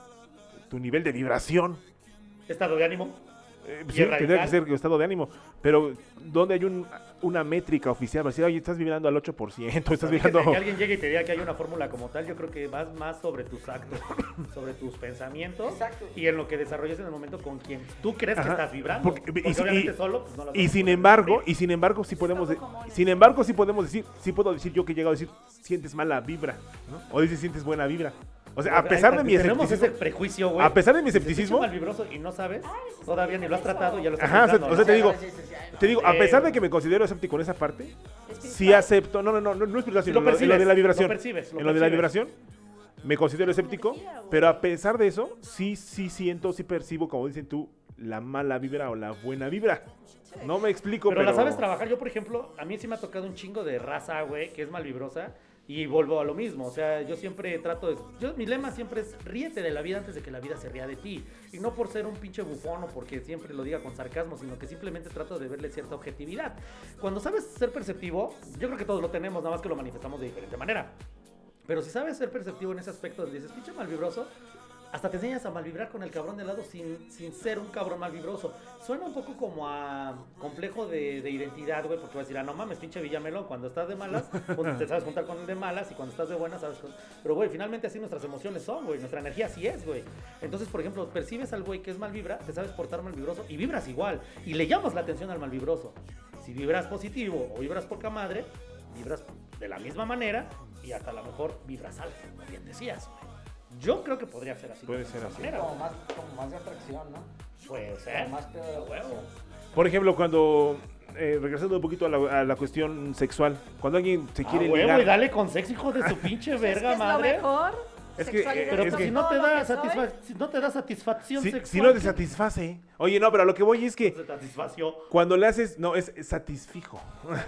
tu nivel de vibración. Estado de ánimo. Eh, ¿Y sí, es tendría que radical? ser estado de ánimo, pero ¿dónde hay un, una métrica oficial? Para decir, oye, estás vibrando al ocho por ciento, estás Fíjate, vibrando... que alguien llegue y te diga que hay una fórmula como tal, yo creo que vas más sobre tus actos, sobre tus pensamientos Exacto. y en lo que desarrolles en el momento con quien tú crees que Ajá. estás vibrando. Porque- Porque, y si- obviamente y- solo pues, no las Y vas a sin poder embargo, cumplir. y sin embargo, sí podemos, de- poco común, sin ¿no? embargo, sí podemos decir, sí puedo decir yo que he llegado a decir, sientes mala vibra, ¿no? O dices, sientes buena vibra. O sea, a pesar de mi Tenemos ese escepticismo, prejuicio, güey. a pesar de mi Dices, escepticismo, "Pinche malvibroso", y no sabes, todavía ni lo has tratado y ya lo estás ajá, o sea, pensando, o sea, ¿no? te digo, Sí, sí, sí, ay, no. te digo, a Eh, pesar de que me considero escéptico en esa parte, sí Espiritual. acepto, no, no, no, no, no es espiritual, sino Lo en lo, en lo percibes, de la lo vibración. percibes, lo en lo de la percibes. vibración, me considero escéptico, Energía, güey. pero a pesar de eso, sí, sí siento, sí percibo, como dicen tú, la mala vibra o la buena vibra. No me explico, Pero, pero... la sabes trabajar. Yo, por ejemplo, a mí sí me ha tocado un chingo de raza, güey, que es malvibrosa. Y vuelvo a lo mismo. O sea, yo siempre trato de... Yo, mi lema siempre es ríete de la vida antes de que la vida se ría de ti. Y no por ser un pinche bufón o porque siempre lo diga con sarcasmo, sino que simplemente trato de verle cierta objetividad. Cuando sabes ser perceptivo, yo creo que todos lo tenemos, nada más que lo manifestamos de diferente manera. Pero si sabes ser perceptivo en ese aspecto donde dices, pinche malvibroso, hasta te enseñas a malvibrar con el cabrón de lado sin, sin ser un cabrón malvibroso. Suena un poco como a complejo de, de identidad, güey, porque vas a decir, ah, no mames, pinche Villamelón, cuando estás de malas, pues, te sabes juntar con el de malas, y cuando estás de buenas, sabes... Con... Pero, güey, finalmente así nuestras emociones son, güey, nuestra energía así es, güey. Entonces, por ejemplo, percibes al güey que es malvibra, te sabes portar malvibroso y vibras igual, y le llamas la atención al malvibroso. Si vibras positivo o vibras poca madre, vibras de la misma manera y hasta a lo mejor vibras alto, como bien decías, güey. Yo creo que podría ser así. Puede de ser esa así. manera, Como güey. más, como más de atracción, ¿no? Puede ser. Como más pedo de A huevo. atracción. Por ejemplo, cuando, eh, regresando un poquito a la, a la cuestión sexual, cuando alguien se quiere Ah, huevo, ligar... y dale con sexo, hijo de su pinche ¿Es verga, que es madre. lo mejor? Es que, Sexualidad eh, Pero es pues, que- si no te todo lo da que soy. satisfa- si no te da satisfacción Si, sexual. si no te ¿qué satisface. Oye, no, pero a lo que voy es que te satisfació? cuando le haces... No, es satisfijo.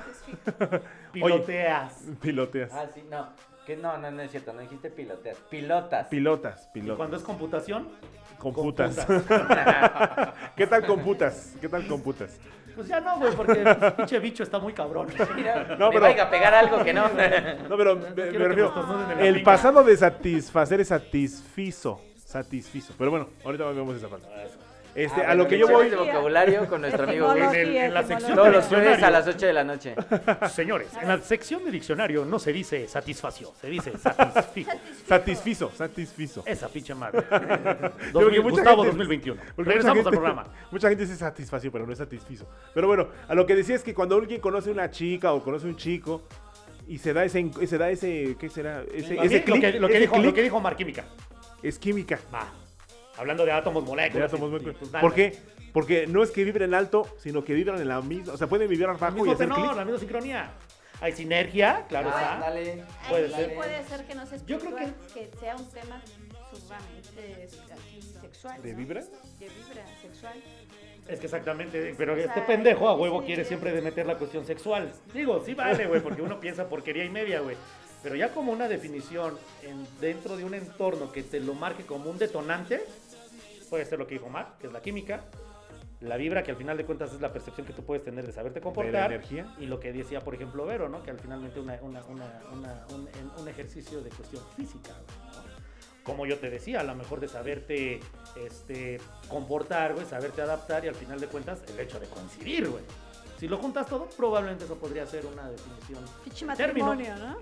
Piloteas. Piloteas. Ah, sí, no. Que no, no, no es cierto, no dijiste piloteas. Pilotas. Pilotas, Y pilotas. cuando es computación, Computas. computas. ¿Qué tal computas? ¿Qué tal computas? Pues ya no, güey, porque el pinche bicho está muy cabrón. Mira, No, me pero- vaya a pegar algo que no. No, pero me, me quiero que refiero... me estornuden en la El pica. pasado de satisfacer es satisfizo. Satisfizo. Pero bueno, ahorita vemos esa parte. Este, Ah, a lo bueno, que yo voy... lecciones de vocabulario con nuestro amigo Gus. En, el- en la Etimología, sección Todos de los jueves a diccionario. las ocho de la noche. Señores, en la sección de diccionario no se dice satisfació, se dice satisfijo. Satisfizo, satisfizo. Esa pinche madre. Yo dos creo que mil, mucha Gustavo gente- dos mil veintiuno. Porque Regresamos mucha al gente- programa. Mucha gente dice satisfacción, pero no es satisfizo. Pero bueno, a lo que decía es que cuando alguien conoce una chica o conoce un chico y se da ese, se da ese, ¿qué será? Ese, Así, ese lo, clic, que, lo, que ese dijo, lo clic que dijo Marquímica. es química. Va. Hablando de átomos, moléculas. Ya somos y- muy- y, pues, nada. ¿Por qué? Porque no es que vibren alto, sino que vibran en la misma, o sea, pueden vibrar Al bajo y mismo hacer tenor, clic. la misma sincronía. Hay sinergia, claro Ah, está. dale. Puede Ahí ser. sí puede ser que no sea Yo creo espiritual, que... sea un tema sumamente así, sexual. ¿De ¿no? vibra? De vibra, sexual. Es que exactamente, pero O sea, este pendejo a huevo sí, quiere sí. siempre de meter la cuestión sexual. Digo, sí vale, güey, porque uno piensa porquería y media, güey. Pero ya como una definición en, dentro de un entorno que te lo marque como un detonante, puede ser lo que dijo Mark, que es la química, la vibra, que al final de cuentas es la percepción que tú puedes tener de saberte comportar, energía. y lo que decía, por ejemplo, Vero, ¿no? Que al finalmente una, una, una, una- un, en- un ejercicio de cuestión física, ¿no? Como yo te decía, a lo mejor de saberte este, comportar, güey, saberte adaptar, y al final de cuentas el hecho de coincidir, güey. Si lo juntas todo, probablemente eso podría ser una definición. Pinche Término. matrimonio, ¿no?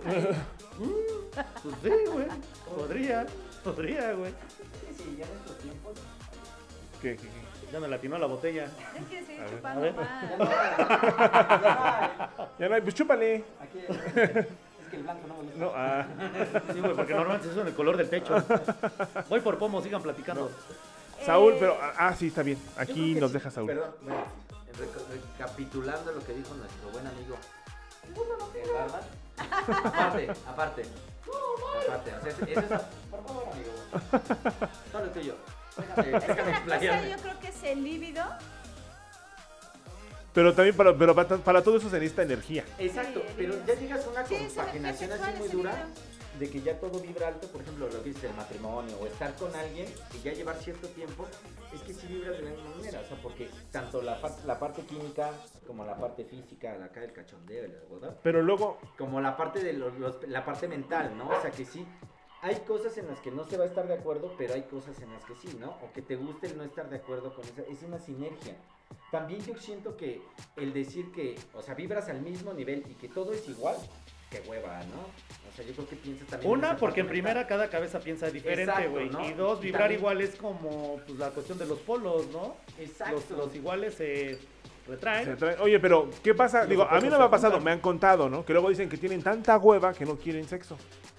Pues sí, güey. Podría, podría, güey. Sí, ya en estos tiempos. ¿Qué, qué, qué? Ya me latinó la botella. Hay que seguir a chupando ver. más. Ya no hay, pues chúpale. Aquí es que el blanco no me gusta. No, ah. Sí, güey, porque normalmente eso es en el color del techo. Voy por pomo, sigan platicando. Saúl, Eh, pero... Ah, sí, está bien. Yo Aquí creo que nos sí. deja Saúl. Perdón, bueno, reca- recapitulando lo que dijo nuestro buen amigo el barman. Aparte, aparte. Aparte, o sea, eso es... Por favor, amigo. Todo lo tuyo. Déjame, Es que déjame una cosa explayarme. yo creo que es el líbido. Pero también para, pero para, para todo eso se necesita energía. Exacto, Sí, pero el- ya llegas a una Sí, es compaginación energía así muy sexual, dura es de que ya todo vibra alto, por ejemplo, lo que dices del matrimonio o estar con alguien y ya llevar cierto tiempo, es que sí vibra de la misma manera, o sea, porque tanto la, par- la parte química como la parte física, la acá del cachondeo, la boda, Pero luego... como la parte de los, los- la parte mental, ¿no? O sea, que sí hay cosas en las que no se va a estar de acuerdo, pero hay cosas en las que sí, ¿no? O que te guste el no estar de acuerdo con esa, es una sinergia. También yo siento que el decir que, o sea, vibras al mismo nivel y que todo es igual, qué hueva, ¿no? O sea, yo creo que piensas también... en Una, esa porque en parte primera mental. cada cabeza piensa diferente, Exacto, güey. ¿no? Y dos, Y vibrar también- igual es como pues, la cuestión de los polos, ¿no? Exacto. Los, los iguales se retraen. se trae- Oye, pero ¿qué pasa? Los Digo, a mí opuestos no me ha se pasado, juntan. me han contado, ¿no? Que luego dicen que tienen tanta hueva que no quieren sexo.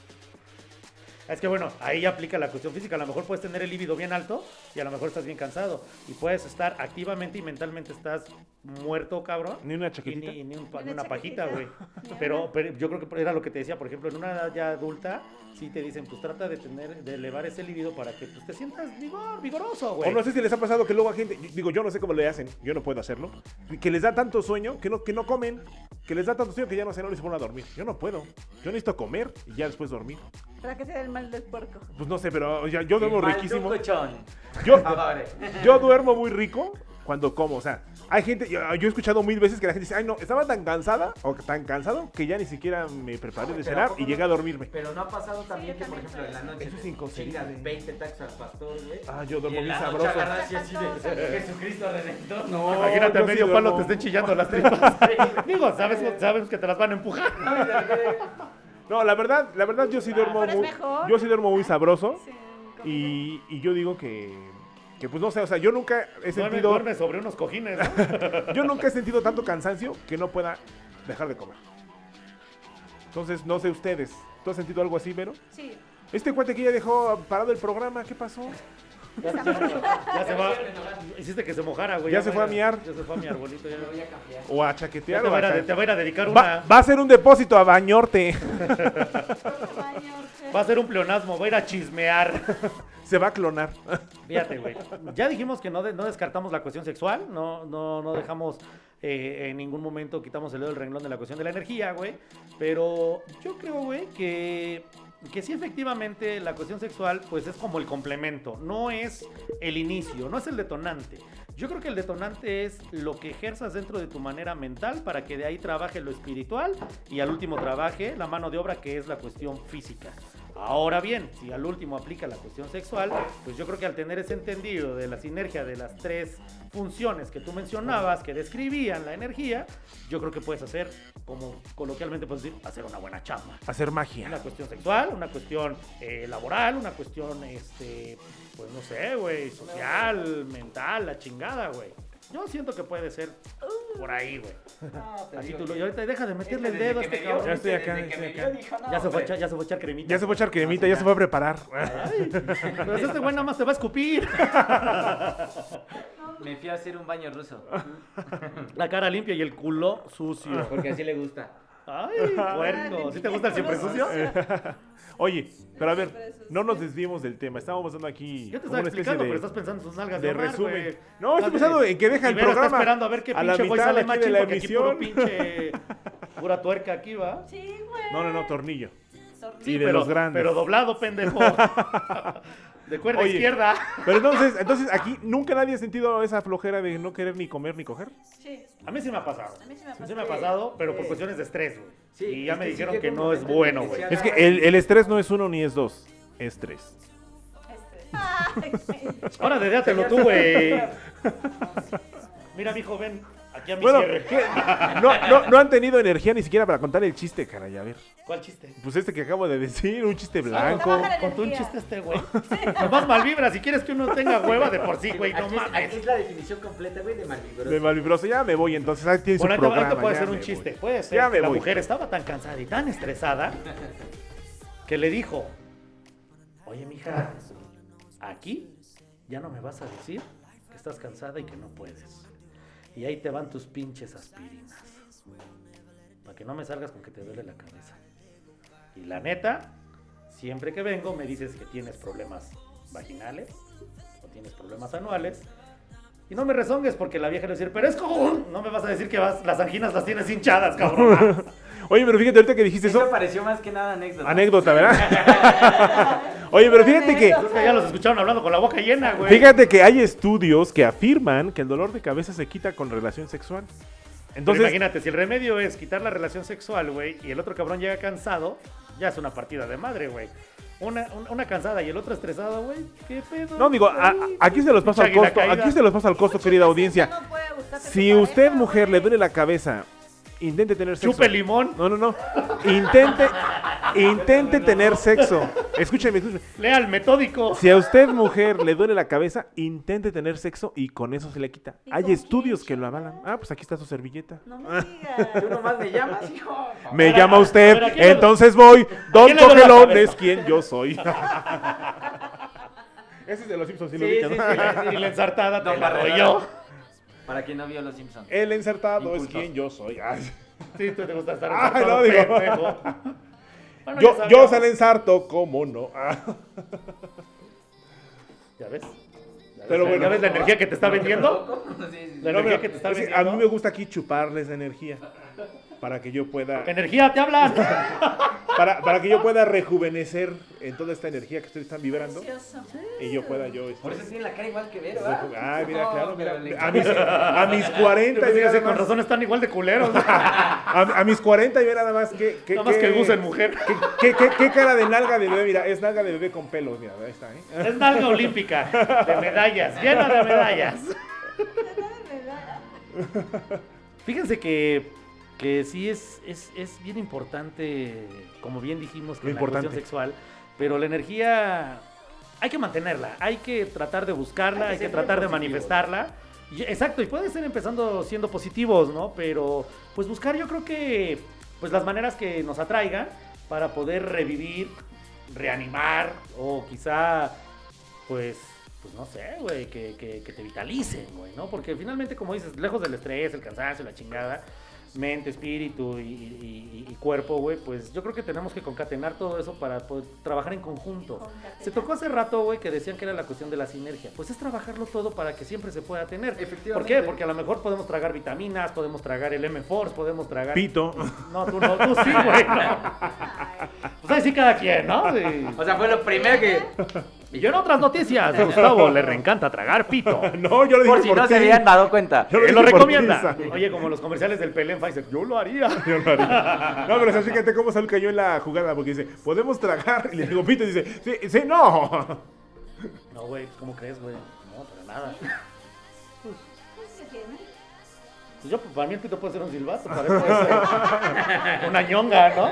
Es que bueno, ahí aplica la cuestión física. A lo mejor puedes tener el líbido bien alto y a lo mejor estás bien cansado. Y puedes estar activamente y mentalmente estás muerto, cabrón. Ni una Y chaquetita. ni, ni un pa- Ni ni una una pajita, güey. chaquetita. Ni Pero, una. pero yo creo que era lo que te decía, por ejemplo, en una edad ya adulta, sí te dicen, pues trata de tener, de elevar ese líbido para que pues, te sientas vigor, vigoroso, güey. O no sé si les ha pasado que luego a gente, digo, yo no sé cómo le hacen, yo no puedo hacerlo, que les da tanto sueño que no, que no comen, que les da tanto sueño que ya no se no les ponen a dormir. Yo no puedo. Yo necesito comer y ya después dormir. Para que te dé el mal del puerco. Pues no sé, pero ya, yo duermo El mal riquísimo. cochón. Yo, Ah, vale. yo duermo muy rico cuando como. O sea, hay gente, yo, yo he escuchado mil veces que la gente dice, ay no, estaba tan cansada o tan cansado que ya ni siquiera me preparé de Pero cenar ¿a poco y no? llegué a dormirme. Pero no ha pasado también yo que, por también ejemplo, en la soy noche Eso es te inconcebible. chingas veinte tacos al pastor, güey. Ah, yo Y duermo en muy la noche sabroso. agarras así, así de Jesucristo Redentor. No, Imagínate yo a sí medio duermo. palo te estén chillando las tripas. Digo, sabes, sabes que te las van a empujar. No, la verdad, la verdad yo sí duermo Pero es muy, mejor. yo sí duermo muy sabroso. Sí, como- Y, y yo digo que, que pues no sé, o sea, yo nunca he Duerme, sentido, duerme sobre unos cojines, ¿no? yo nunca he sentido tanto cansancio que no pueda dejar de comer. Entonces, no sé ustedes, ¿tú has sentido algo así, Vero? Sí. Este cuate que ya dejó parado el programa, ¿qué pasó? Ya, ya se va. Hiciste que se mojara, güey. Ya se fue a miar. Ya se fue a mi arbolito. Ya, Me voy a cambiar. O a Ya chaquetear te, o va a a ir a, ca- te va a ir a dedicar Va, una. va a ser un depósito a bañorte. Va a ser un pleonasmo, va a ir a chismear. Se va a clonar. Fíjate, güey. Ya dijimos que no, de- no descartamos la cuestión sexual, no, no, no dejamos eh, en ningún momento, quitamos el dedo del renglón de la cuestión de la energía, güey. Pero yo creo, güey, que, que sí, efectivamente, la cuestión sexual, pues es como el complemento, no es el inicio, no es el detonante. Yo creo que el detonante es lo que ejerzas dentro de tu manera mental para que de ahí trabaje lo espiritual y al último trabaje la mano de obra, que es la cuestión física. Ahora bien, si al último aplica la cuestión sexual, pues yo creo que al tener ese entendido de la sinergia de las tres funciones que tú mencionabas, que describían la energía, yo creo que puedes hacer, como coloquialmente puedes decir, hacer una buena chamba. Hacer magia. Una cuestión sexual, una cuestión eh, laboral, una cuestión, este, pues no sé, güey, social, mental, la chingada, güey. Yo siento que puede ser por ahí, güey. No, te Así digo tú lo... que- Y ahorita deja de meterle el Desde dedo a que este me vio, cabrón. Ya estoy acá, desde que estoy me acá. vio, dijo, no, Ya se, fue a güey. echar, ya se fue a echar cremita. Ya se fue a echar cremita, ya se fue a preparar. Ay, pues este güey nada más te va a escupir. Me fui a hacer un baño ruso. La cara limpia y el culo sucio. Porque así le gusta. Ay, puerco. ¿Sí te gusta el siempre sucio? Oye, pero a ver, no nos desviemos del tema. Estábamos dando aquí Yo te como estaba una especie explicando, de, pero estás pensando en tus nalgas de, de Omar, resumen. güey. No, estoy Estás pensando de- en que deja el Ibero programa está esperando a ver qué a la pinche güey mitad sale aquí más de chido, la porque aquí puro emisión. pinche... Pura tuerca aquí, ¿va? Sí, güey. No, no, no, tornillo. Tornillo. Y de pero, los grandes. pero doblado, pendejo. De cuerda Oye. izquierda. Pero entonces, entonces aquí nunca nadie ha sentido esa flojera de no querer ni comer ni coger. Sí. A mí sí me ha pasado. A mí sí me ha Sí me ha pasado. pasado, pero por Sí. cuestiones de estrés, güey. Sí, y ya es me que sí dijeron llega que un no es momento en bueno, que güey. sí Es que el, el estrés no es uno ni es dos, es tres. Este. Ay, Ahora dedéatelo tú, güey. Mira, mijo, ven aquí a mi Bueno, cierre. ¿qué? No, no, no han tenido energía ni siquiera para contar el chiste, caray. A ver. ¿Cuál chiste? Pues este que acabo de decir, un chiste blanco. Trabaja la Contó un energía. chiste este, güey. Nomás mal vibra. Si quieres que uno tenga hueva de por sí, güey, no Aquí es, aquí mames. es la definición completa, güey, de malvibroso. De malvibroso, ya me voy entonces. Ahí tienes Bueno, su ahí te- ahí programa. te puede ya ser un me chiste. voy. Puede ser Ya que me la voy. mujer estaba tan cansada y tan estresada que le dijo: Oye, mija, aquí ya no me vas a decir que estás cansada y que no puedes. Y ahí te van tus pinches aspirinas. Para que no me salgas con que te duele la cabeza. Y la neta, siempre que vengo me dices que tienes problemas vaginales o tienes problemas anuales. Y no me rezongues porque la vieja le va a decir, pero es como, no me vas a decir que vas, las anginas las tienes hinchadas, cabrón. Oye, pero fíjate, ahorita que dijiste eso... Eso pareció más que nada anécdota. Anécdota, ¿verdad? Oye, pero fíjate que... Creo que ya los escucharon hablando con la boca llena, güey. Fíjate que hay estudios que afirman que el dolor de cabeza se quita con relación sexual. Entonces, Entonces, imagínate, si el remedio es quitar la relación sexual, güey, y el otro cabrón llega cansado, ya es una partida de madre, güey. Una, una, una cansada y el otro estresado, güey. ¿Qué pedo? no, digo, a- Ay, aquí se los pasa al Águila costo, caída. aquí se los pasa al costo, querida audiencia. No puede gustarte tu Si pareja, usted, mujer, güey. le duele la cabeza, intente tener sexo. Chupe limón, No, no, no. Intente, intente tener sexo. Escúcheme, escúcheme. lea el metódico. Si a usted, mujer, le duele la cabeza, intente tener sexo y con eso se le quita. ¿Y Hay con estudios quién, que lo avalan. Ah, pues aquí está su servilleta. No me digas. Tú nomás me llamas, hijo. Me Pero, llama a usted, ver, ¿a quién le- entonces voy. Don quién le duele la Cogelón cabeza? es quien yo soy. Ese es de los Simpsons, sí lo Sí, ubican, sí, ¿no? sí. Y la ensartada Don te la doy Barrera. yo. Para quien no vio Los Simpsons. El ensartado es Inculto. quien yo soy. Ay. Sí, tú te gusta estar Ah, ensartado, no, digo. pendejo. Bueno, Yo, ya yo sabemos. se le ensarto, ¿cómo no? Ah. ¿Ya ves? ¿Ya Pero ves, bueno. ¿Ya ves la energía que te está vendiendo? Sí, sí, sí. La No, energía mira, que te está es que vendiendo. a mí me gusta aquí chuparles energía. Para que yo pueda. Energía, te hablan. Para, para que yo pueda rejuvenecer en toda esta energía que ustedes están vibrando. Precioso. Y yo pueda yo. este, Por eso tiene la cara igual que Vero, ¿verdad? Ay, mira, No, claro, mira. pero le- A mis, a mis cuarenta, Yo y mira pensé que nada con más, razón están igual de culeros. a, a mis cuarenta y ve nada más que. que Nada más que usen mujer. ¿Qué, qué, qué cara de nalga de bebé? Mira, es nalga de bebé con pelos, mira, ahí está, ¿eh? Es nalga olímpica de medallas, llena de medallas. Fíjense que, que sí es, es, es bien importante, como bien dijimos, que Lo en la importante. cuestión sexual, pero la energía hay que mantenerla, hay que tratar de buscarla, Hay hay que que, ser tratar de positivos. manifestarla. Y- exacto, y puede ser empezando siendo positivos, ¿no? Pero pues buscar yo creo que pues las maneras que nos atraigan para poder revivir, reanimar o quizá pues pues no sé, güey, que, que, que te vitalicen, güey, ¿no? Porque finalmente, como dices, lejos del estrés, el cansancio, la chingada, mente, espíritu y, y- y- y cuerpo, güey, pues yo creo que tenemos que concatenar todo eso para poder trabajar en conjunto. Concatenar. Se tocó hace rato, güey, que decían que era la cuestión de la sinergia. Pues es trabajarlo todo para que siempre se pueda tener. Efectivamente. ¿Por qué? Porque a lo mejor podemos tragar vitaminas, podemos tragar el M-Force, podemos tragar... Pito. No, tú no, tú sí, güey, no. Pues ahí sí cada quien, ¿no? Sí. O sea, fue lo primero que. Y yo en otras noticias, a Gustavo le reencanta tragar pito. No, yo lo dije Por si por no ti. se habían dado cuenta. Yo Él lo dije por recomienda. ti, Isa. Oye, como los comerciales del Pelé en Pfizer, yo lo haría. Yo lo haría. No, pero o sea, fíjate cómo Saúl cayó en la jugada, porque dice, ¿podemos tragar? Y le digo, Pito, y dice, sí, sí, no. No, güey, ¿cómo crees, güey? No, para nada. ¿Qué tiene? Pues yo, pues, para mí el pito puede ser un silbato, para él puede ser una ñonga, ¿no?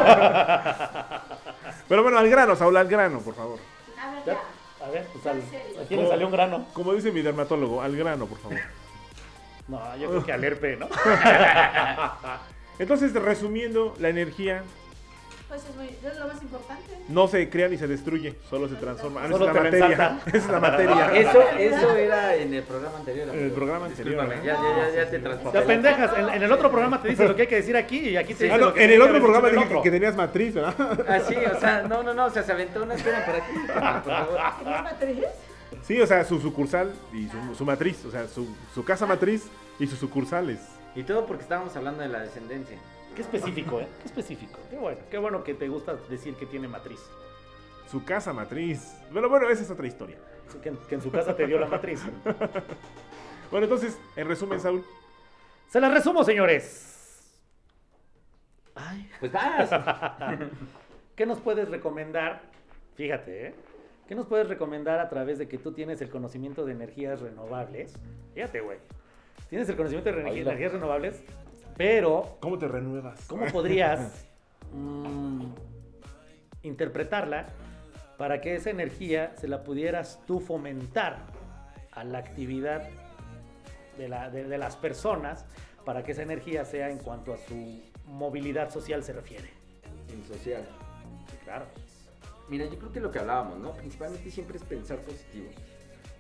Pero bueno, al grano, Saúl, al grano, por favor. A ver, Ya, ya. a ver, pues al, serio? ¿a quién le salió un grano? Como dice mi dermatólogo, al grano, por favor. No, yo creo que al herpe, ¿no? Entonces, resumiendo, la energía Pues es, muy, es lo más importante. no se crea ni se destruye, solo se transforma. Ah, no, Solo esa es la te materia. resalta. Esa es la materia. Eso, eso era en el programa anterior. En el amigo. programa anterior, Discúlpame, ¿eh? ya, ya, ya, ya te O transporté. sea, pendejas, en, en el otro programa te dice lo que hay que decir aquí y aquí te dice Ah, no, lo que en tiene el que otro haber programa dicho en dije el que, que otro. tenías matriz, ¿verdad? Ah, sí, o sea, no, no, no, o sea, se aventó una esquina por aquí. Por favor. ¿Tienes matriz? Sí, o sea, su sucursal y su, su matriz, o sea, su, su casa matriz y sus sucursales. Y todo porque estábamos hablando de la descendencia. Qué específico, ¿eh? Qué específico. Qué bueno, qué bueno que te gusta decir que tiene matriz. Su casa matriz. Pero bueno, esa es otra historia. Que en, que en su casa te dio la matriz. Bueno, entonces, en resumen, Saúl, Se las resumo, señores. Ay, Pues vas. ¿qué nos puedes recomendar? Fíjate, ¿eh? ¿Qué nos puedes recomendar a través de que tú tienes el conocimiento de energías renovables? Fíjate, güey. Tienes el conocimiento de energía- Oílo. energías renovables, pero ¿cómo te renuevas? ¿cómo podrías mm, interpretarla para que esa energía se la pudieras tú fomentar a la actividad de, la- de- de las personas para que esa energía sea en cuanto a su movilidad social se refiere? En social. Sí, claro. Mira, yo creo que lo que hablábamos, ¿no? Principalmente siempre es pensar positivo.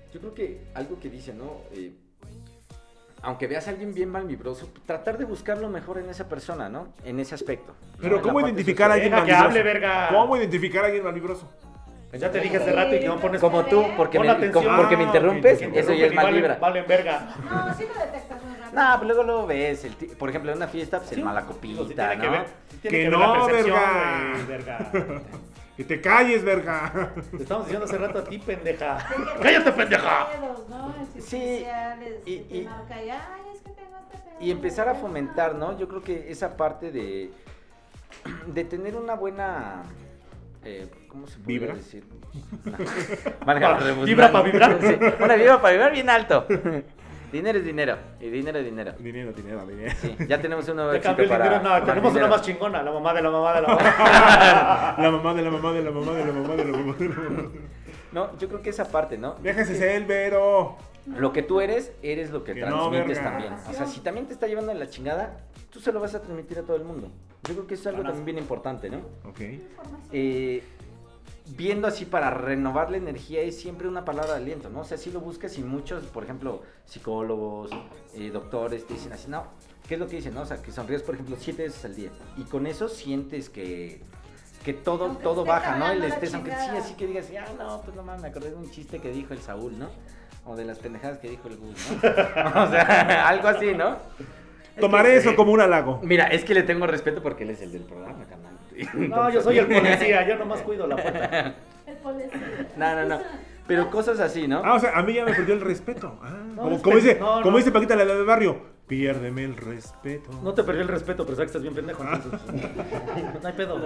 Yo creo que algo que dice, ¿no? Eh, aunque veas a alguien bien malvibroso, tratar de buscar lo mejor en esa persona, ¿no? En ese aspecto. Pero ¿no? En ¿cómo la parte identificar a alguien Deja que malvibroso? hable, verga. ¿Cómo identificar a alguien malvibroso? Ya te dije hace rato y que no pones Como tú, porque, Pon me, atención. como- porque me interrumpes, Que eso ya es interrumpen y mal valen- vibra. Valen verga. No, sí lo detectas muy rápido. No, pero luego lo ves. El ti- por ejemplo, en una fiesta, pues el Sí, mala digo, copita, sí tiene ¿no? que ver, sí tiene Que que ver la no, percepción, verga. güey, verga. Que te calles, verga. Te estamos diciendo hace rato a ti, pendeja. Sí, que ¡Cállate, tienes pendeja! pedos, ¿no? Sí, Existenciales, y- que te y- marca y, "Ay, es que tengo este pedo". Y empezar a fomentar, ¿no? Yo creo que esa parte de, de tener una buena... eh, ¿Cómo se podría ¿Vibra? decir? No. Valga la redundancia. ¿Vibra pa' vibrar? Sí, una vibra para vibrar bien alto. Dinero es dinero, y dinero es dinero. Dinero, dinero, dinero. Sí, ya tenemos un nuevo Ya éxito cambió el para... dinero. No, para tenemos una dinero. más chingona. La mamá de la mamá de la mamá. La mamá de la mamá de la mamá de la mamá de la mamá de la mamá. No, yo creo que esa parte, ¿no? Déjese ser el Vero. Lo que tú eres, eres lo que, Que no, transmites verga. también. O sea, si también te está llevando de la chingada, tú se lo vas a transmitir a todo el mundo. Yo creo que eso es algo también bien importante, ¿no? Ok. Eh, viendo así para renovar la energía es siempre una palabra de aliento, ¿no? O sea, si lo buscas y muchos, por ejemplo, psicólogos, eh, doctores, te dicen así, no, ¿qué es lo que dicen, no? O sea, que sonríes, por ejemplo, siete veces al día. Y con eso sientes que, que todo, Aunque todo esté baja, ¿no? cargando El la estrés, aunque sí, chingada. así que digas, ah, no, pues no mames, me acordé de un chiste que dijo el Saúl, ¿no? O de las pendejadas que dijo el Gus, ¿no? O sea, algo así, ¿no? Es Tomaré que- eso como un halago. Mira, es que le tengo respeto porque él es el del programa, carnal. No, yo soy el policía. Yo nomás cuido la puerta. El policía. No, no, no. Pero cosas así, ¿no? Ah, o sea, a mí ya me perdió el respeto. Ah, No, como, es como que- dice, no, como no. dice Paquita la del barrio, piérdeme el respeto. No te perdí el respeto, pero sabes que estás bien pendejo. Entonces, no hay pedo.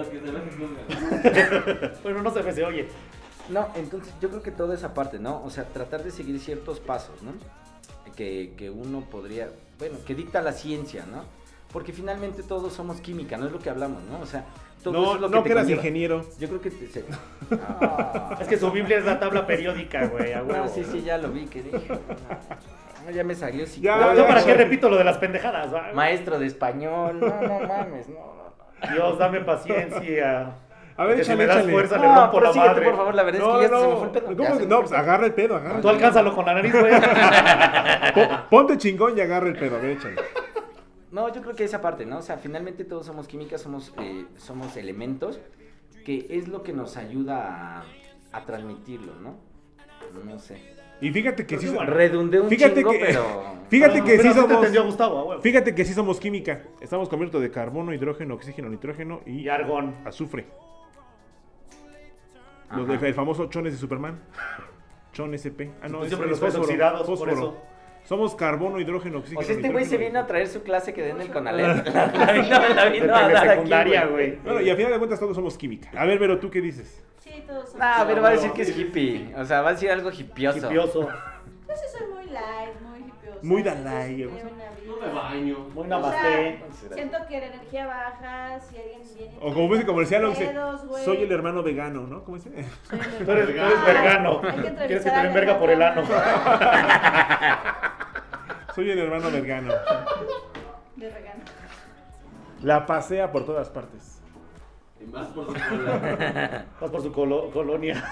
Bueno, no se me se oye. No, entonces yo creo que toda esa parte, ¿no? O sea, tratar de seguir ciertos pasos, ¿no? Que, que uno podría, bueno, que dicta la ciencia, ¿no? Porque finalmente todos somos química, no es lo que hablamos, ¿no? O sea, todo eso No, es lo que no te que eras conlleva. ingeniero. Yo creo que te... se- Ah. Es que su Biblia es la tabla periódica, güey. A huevo. No, sí, sí, ya lo vi, que dije. No, ya me salió Ya, psicólogo. Yo para qué ya. repito lo de las pendejadas. ¿va? Maestro de español, no, no mames, no, no, no. Dios, dame paciencia. A ver, Que si échale, me das échale. fuerza le No, rompo pero la síguete, madre. por favor, la verdad es que ya hasta se me fue el pedo. ¿Cómo Ya que- se me no, fue pues el pedo. agarra el pedo, agarra. Tú alcánzalo con la nariz, güey. Po- Ponte chingón y agarra el pedo, a ver, échale. No, yo creo que esa parte, ¿no? O sea, finalmente todos somos química, somos, eh, somos elementos, que es lo que nos ayuda a, a transmitirlo, ¿no? No sé. Y fíjate que sí, so- Redundé un Fíjate chingo, que- pero... fíjate No, que pero sí así te somos, entendió Gustavo, a huevo. fíjate que sí somos química. Estamos cubiertos de carbono, hidrógeno, oxígeno, nitrógeno y Y argón. azufre. Los Ajá. de- el famoso chones de Superman. Chon S P. Ah, no, Tú es, siempre es los ves fósforo, oxidados, por fósforo. eso. Somos carbono, hidrógeno, oxígeno. O sea, este güey se nitrógeno. vino a traer su clase que den en el Conalep. La, la vino, la De vino a dar aquí, secundaria, güey. güey. Bueno, y a final de cuentas todos somos química. A ver, Vero, ¿tú qué dices? Sí, todos son. Nah, pero va a decir que es hippie. O sea, va a decir algo hippioso. Hipioso. Yo sí soy muy light, muy hippiosa. Muy da entonces, light, llevo o sea. una vida- No me baño. Muy O namaste. sea, siento que la energía baja, si alguien viene... O como dice comercial, o dice, pedos, güey. soy el hermano vegano, ¿no? ¿Cómo dice? Soy el Tú eres, tú eres Ah, vergano. hay que Quieres que te entrevistar den verga a por el ano. Soy el hermano vegano. De regalo. La pasea por todas partes. Y más por su cola. Vas por su colo- colonia.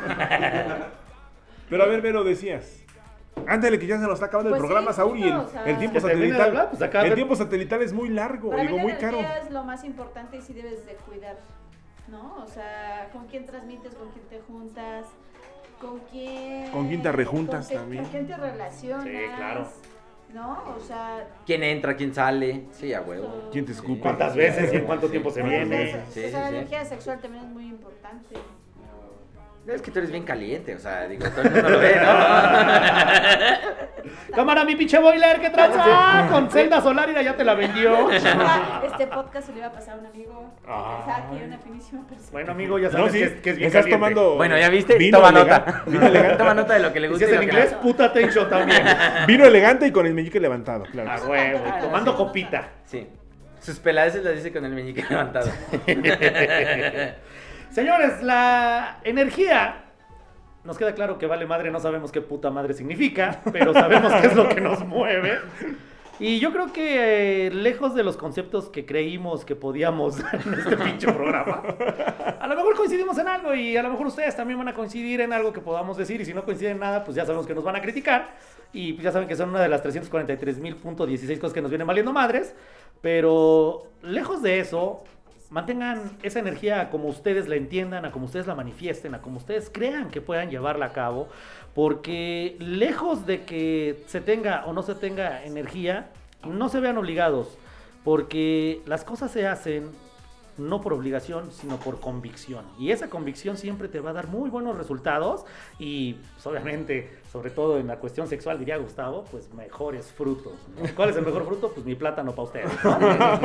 Pero a ver, Vero, decías. Ándale, que ya se nos está acabando Pues el programa, sí, Saúl, y el, justo, o sea, el tiempo que termine de satelital. hablar, pues acá el de- tiempo satelital es muy largo, Para digo, mí muy la caro. energía es lo más importante y sí debes de cuidar, ¿no? O sea, con quién transmites, con quién te juntas, con quién... Con quién te rejuntas con qué- también. Con quién te relacionas. Sí, claro. ¿No? O sea... ¿Quién entra, quién sale? Sí, a huevo. ¿Quién te escupe? ¿Cuántas veces y en cuánto tiempo se ¿cuántas viene? veces? Sí, o sea, sí, la sí. energía sexual también es muy importante. Es que tú eres bien caliente, o sea, digo, todo el mundo lo ve, ¿no? Cámara, mi pinche boiler, ¿qué tranza? Con celda solar, y ya te la vendió. Este podcast se le iba a pasar a un amigo. Ah. Pensaba que era una finísima persona. Bueno, amigo, ya No, sabes sí, que, es, que es bien estás caliente. tomando Bueno, ¿ya viste? vino Toma elegante, nota. Vino elegante, Toma nota de lo que le Y si gusta es y en lo que inglés, no. puta tencho también. vino elegante y con el meñique levantado, claro. A huevo, Ah, tomando sí. copita. Sí. Sus peladeces las dice con el meñique levantado. Señores, la energía. Nos queda claro que vale madre, no sabemos qué puta madre significa, pero sabemos qué es lo que nos mueve. Y yo creo que eh, lejos de los conceptos que creímos que podíamos dar en este pinche programa, a lo mejor coincidimos en algo y a lo mejor ustedes también van a coincidir en algo que podamos decir y si no coinciden en nada, pues ya sabemos que nos van a criticar y pues ya saben que son una de las trescientos cuarenta y tres mil punto dieciséis cosas que nos vienen valiendo madres, pero lejos de eso, mantengan esa energía como ustedes la entiendan, a como ustedes la manifiesten, a como ustedes crean que puedan llevarla a cabo, porque lejos de que se tenga o no se tenga energía, no se vean obligados, porque las cosas se hacen no por obligación, sino por convicción. Y esa convicción siempre te va a dar muy buenos resultados y, pues, obviamente, sobre todo en la cuestión sexual, diría Gustavo, pues mejores frutos, ¿no? ¿Cuál es el mejor fruto? Pues mi plátano para ustedes, ¿no?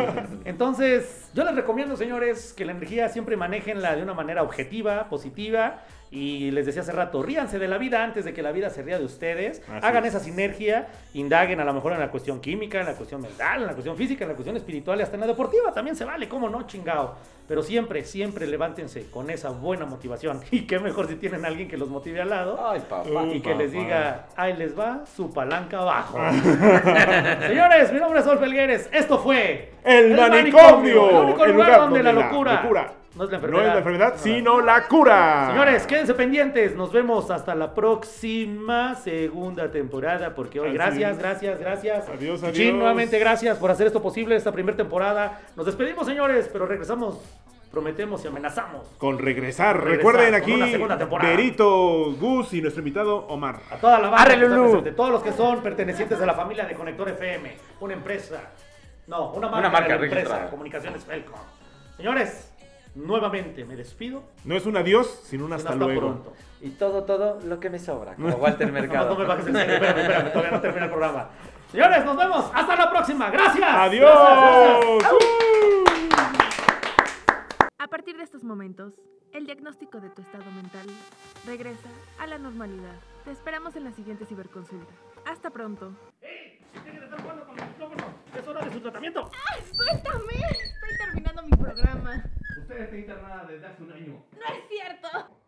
Entonces, yo les recomiendo, señores, que la energía siempre manéjenla de una manera objetiva, positiva. Y les decía hace rato, ríanse de la vida antes de que la vida se ría de ustedes. Así Hagan es. esa sinergia, indaguen a lo mejor en la cuestión química, en la cuestión mental, en la cuestión física, en la cuestión espiritual y hasta en la deportiva también se vale, cómo no, chingado. Pero siempre, siempre levántense con esa buena motivación. Y qué mejor si tienen a alguien que los motive al lado Ay, papá. y que papá. les diga, ahí les va su palanca abajo. Señores, mi nombre es Sol Felgueres. Esto fue El Manicomio, el único el lugar, lugar donde, donde la la locura, locura no es la No enfermedad, es la enfermedad, sino la cura. Señores, quédense pendientes. Nos vemos hasta la próxima segunda temporada. Porque hoy, Así gracias, es. gracias, gracias. Adiós, Chuchín, adiós. nuevamente gracias por hacer esto posible, esta primera temporada. Nos despedimos, señores, pero regresamos, prometemos y amenazamos. Con regresar. Regresar Recuerden con aquí, una segunda temporada. Berito, Gus y nuestro invitado Omar. A toda la banda, Arre, que está Lulú. presente, todos los que son pertenecientes a la familia de Conector F M, una empresa, no, una marca, Una marca de la empresa, registrada. Comunicaciones Felcom. Señores, nuevamente me despido. No es un adiós, sino un y hasta, hasta luego. pronto. Y todo, todo lo que me sobra, como Walter Nomás Mercado. no me bajes en serio, espérame, espérame, todavía no termina el programa. Señores, nos vemos. Hasta la próxima. Gracias. Adiós. Gracias, gracias. A partir de estos momentos, el diagnóstico de tu estado mental regresa a la normalidad. Te esperamos en la siguiente ciberconsulta. Hasta pronto. Tiene que estar jugando con el micrófono. Es hora de su tratamiento. ¡Suéltame! Estoy terminando mi programa. Usted está internada desde hace un año. ¡No es cierto!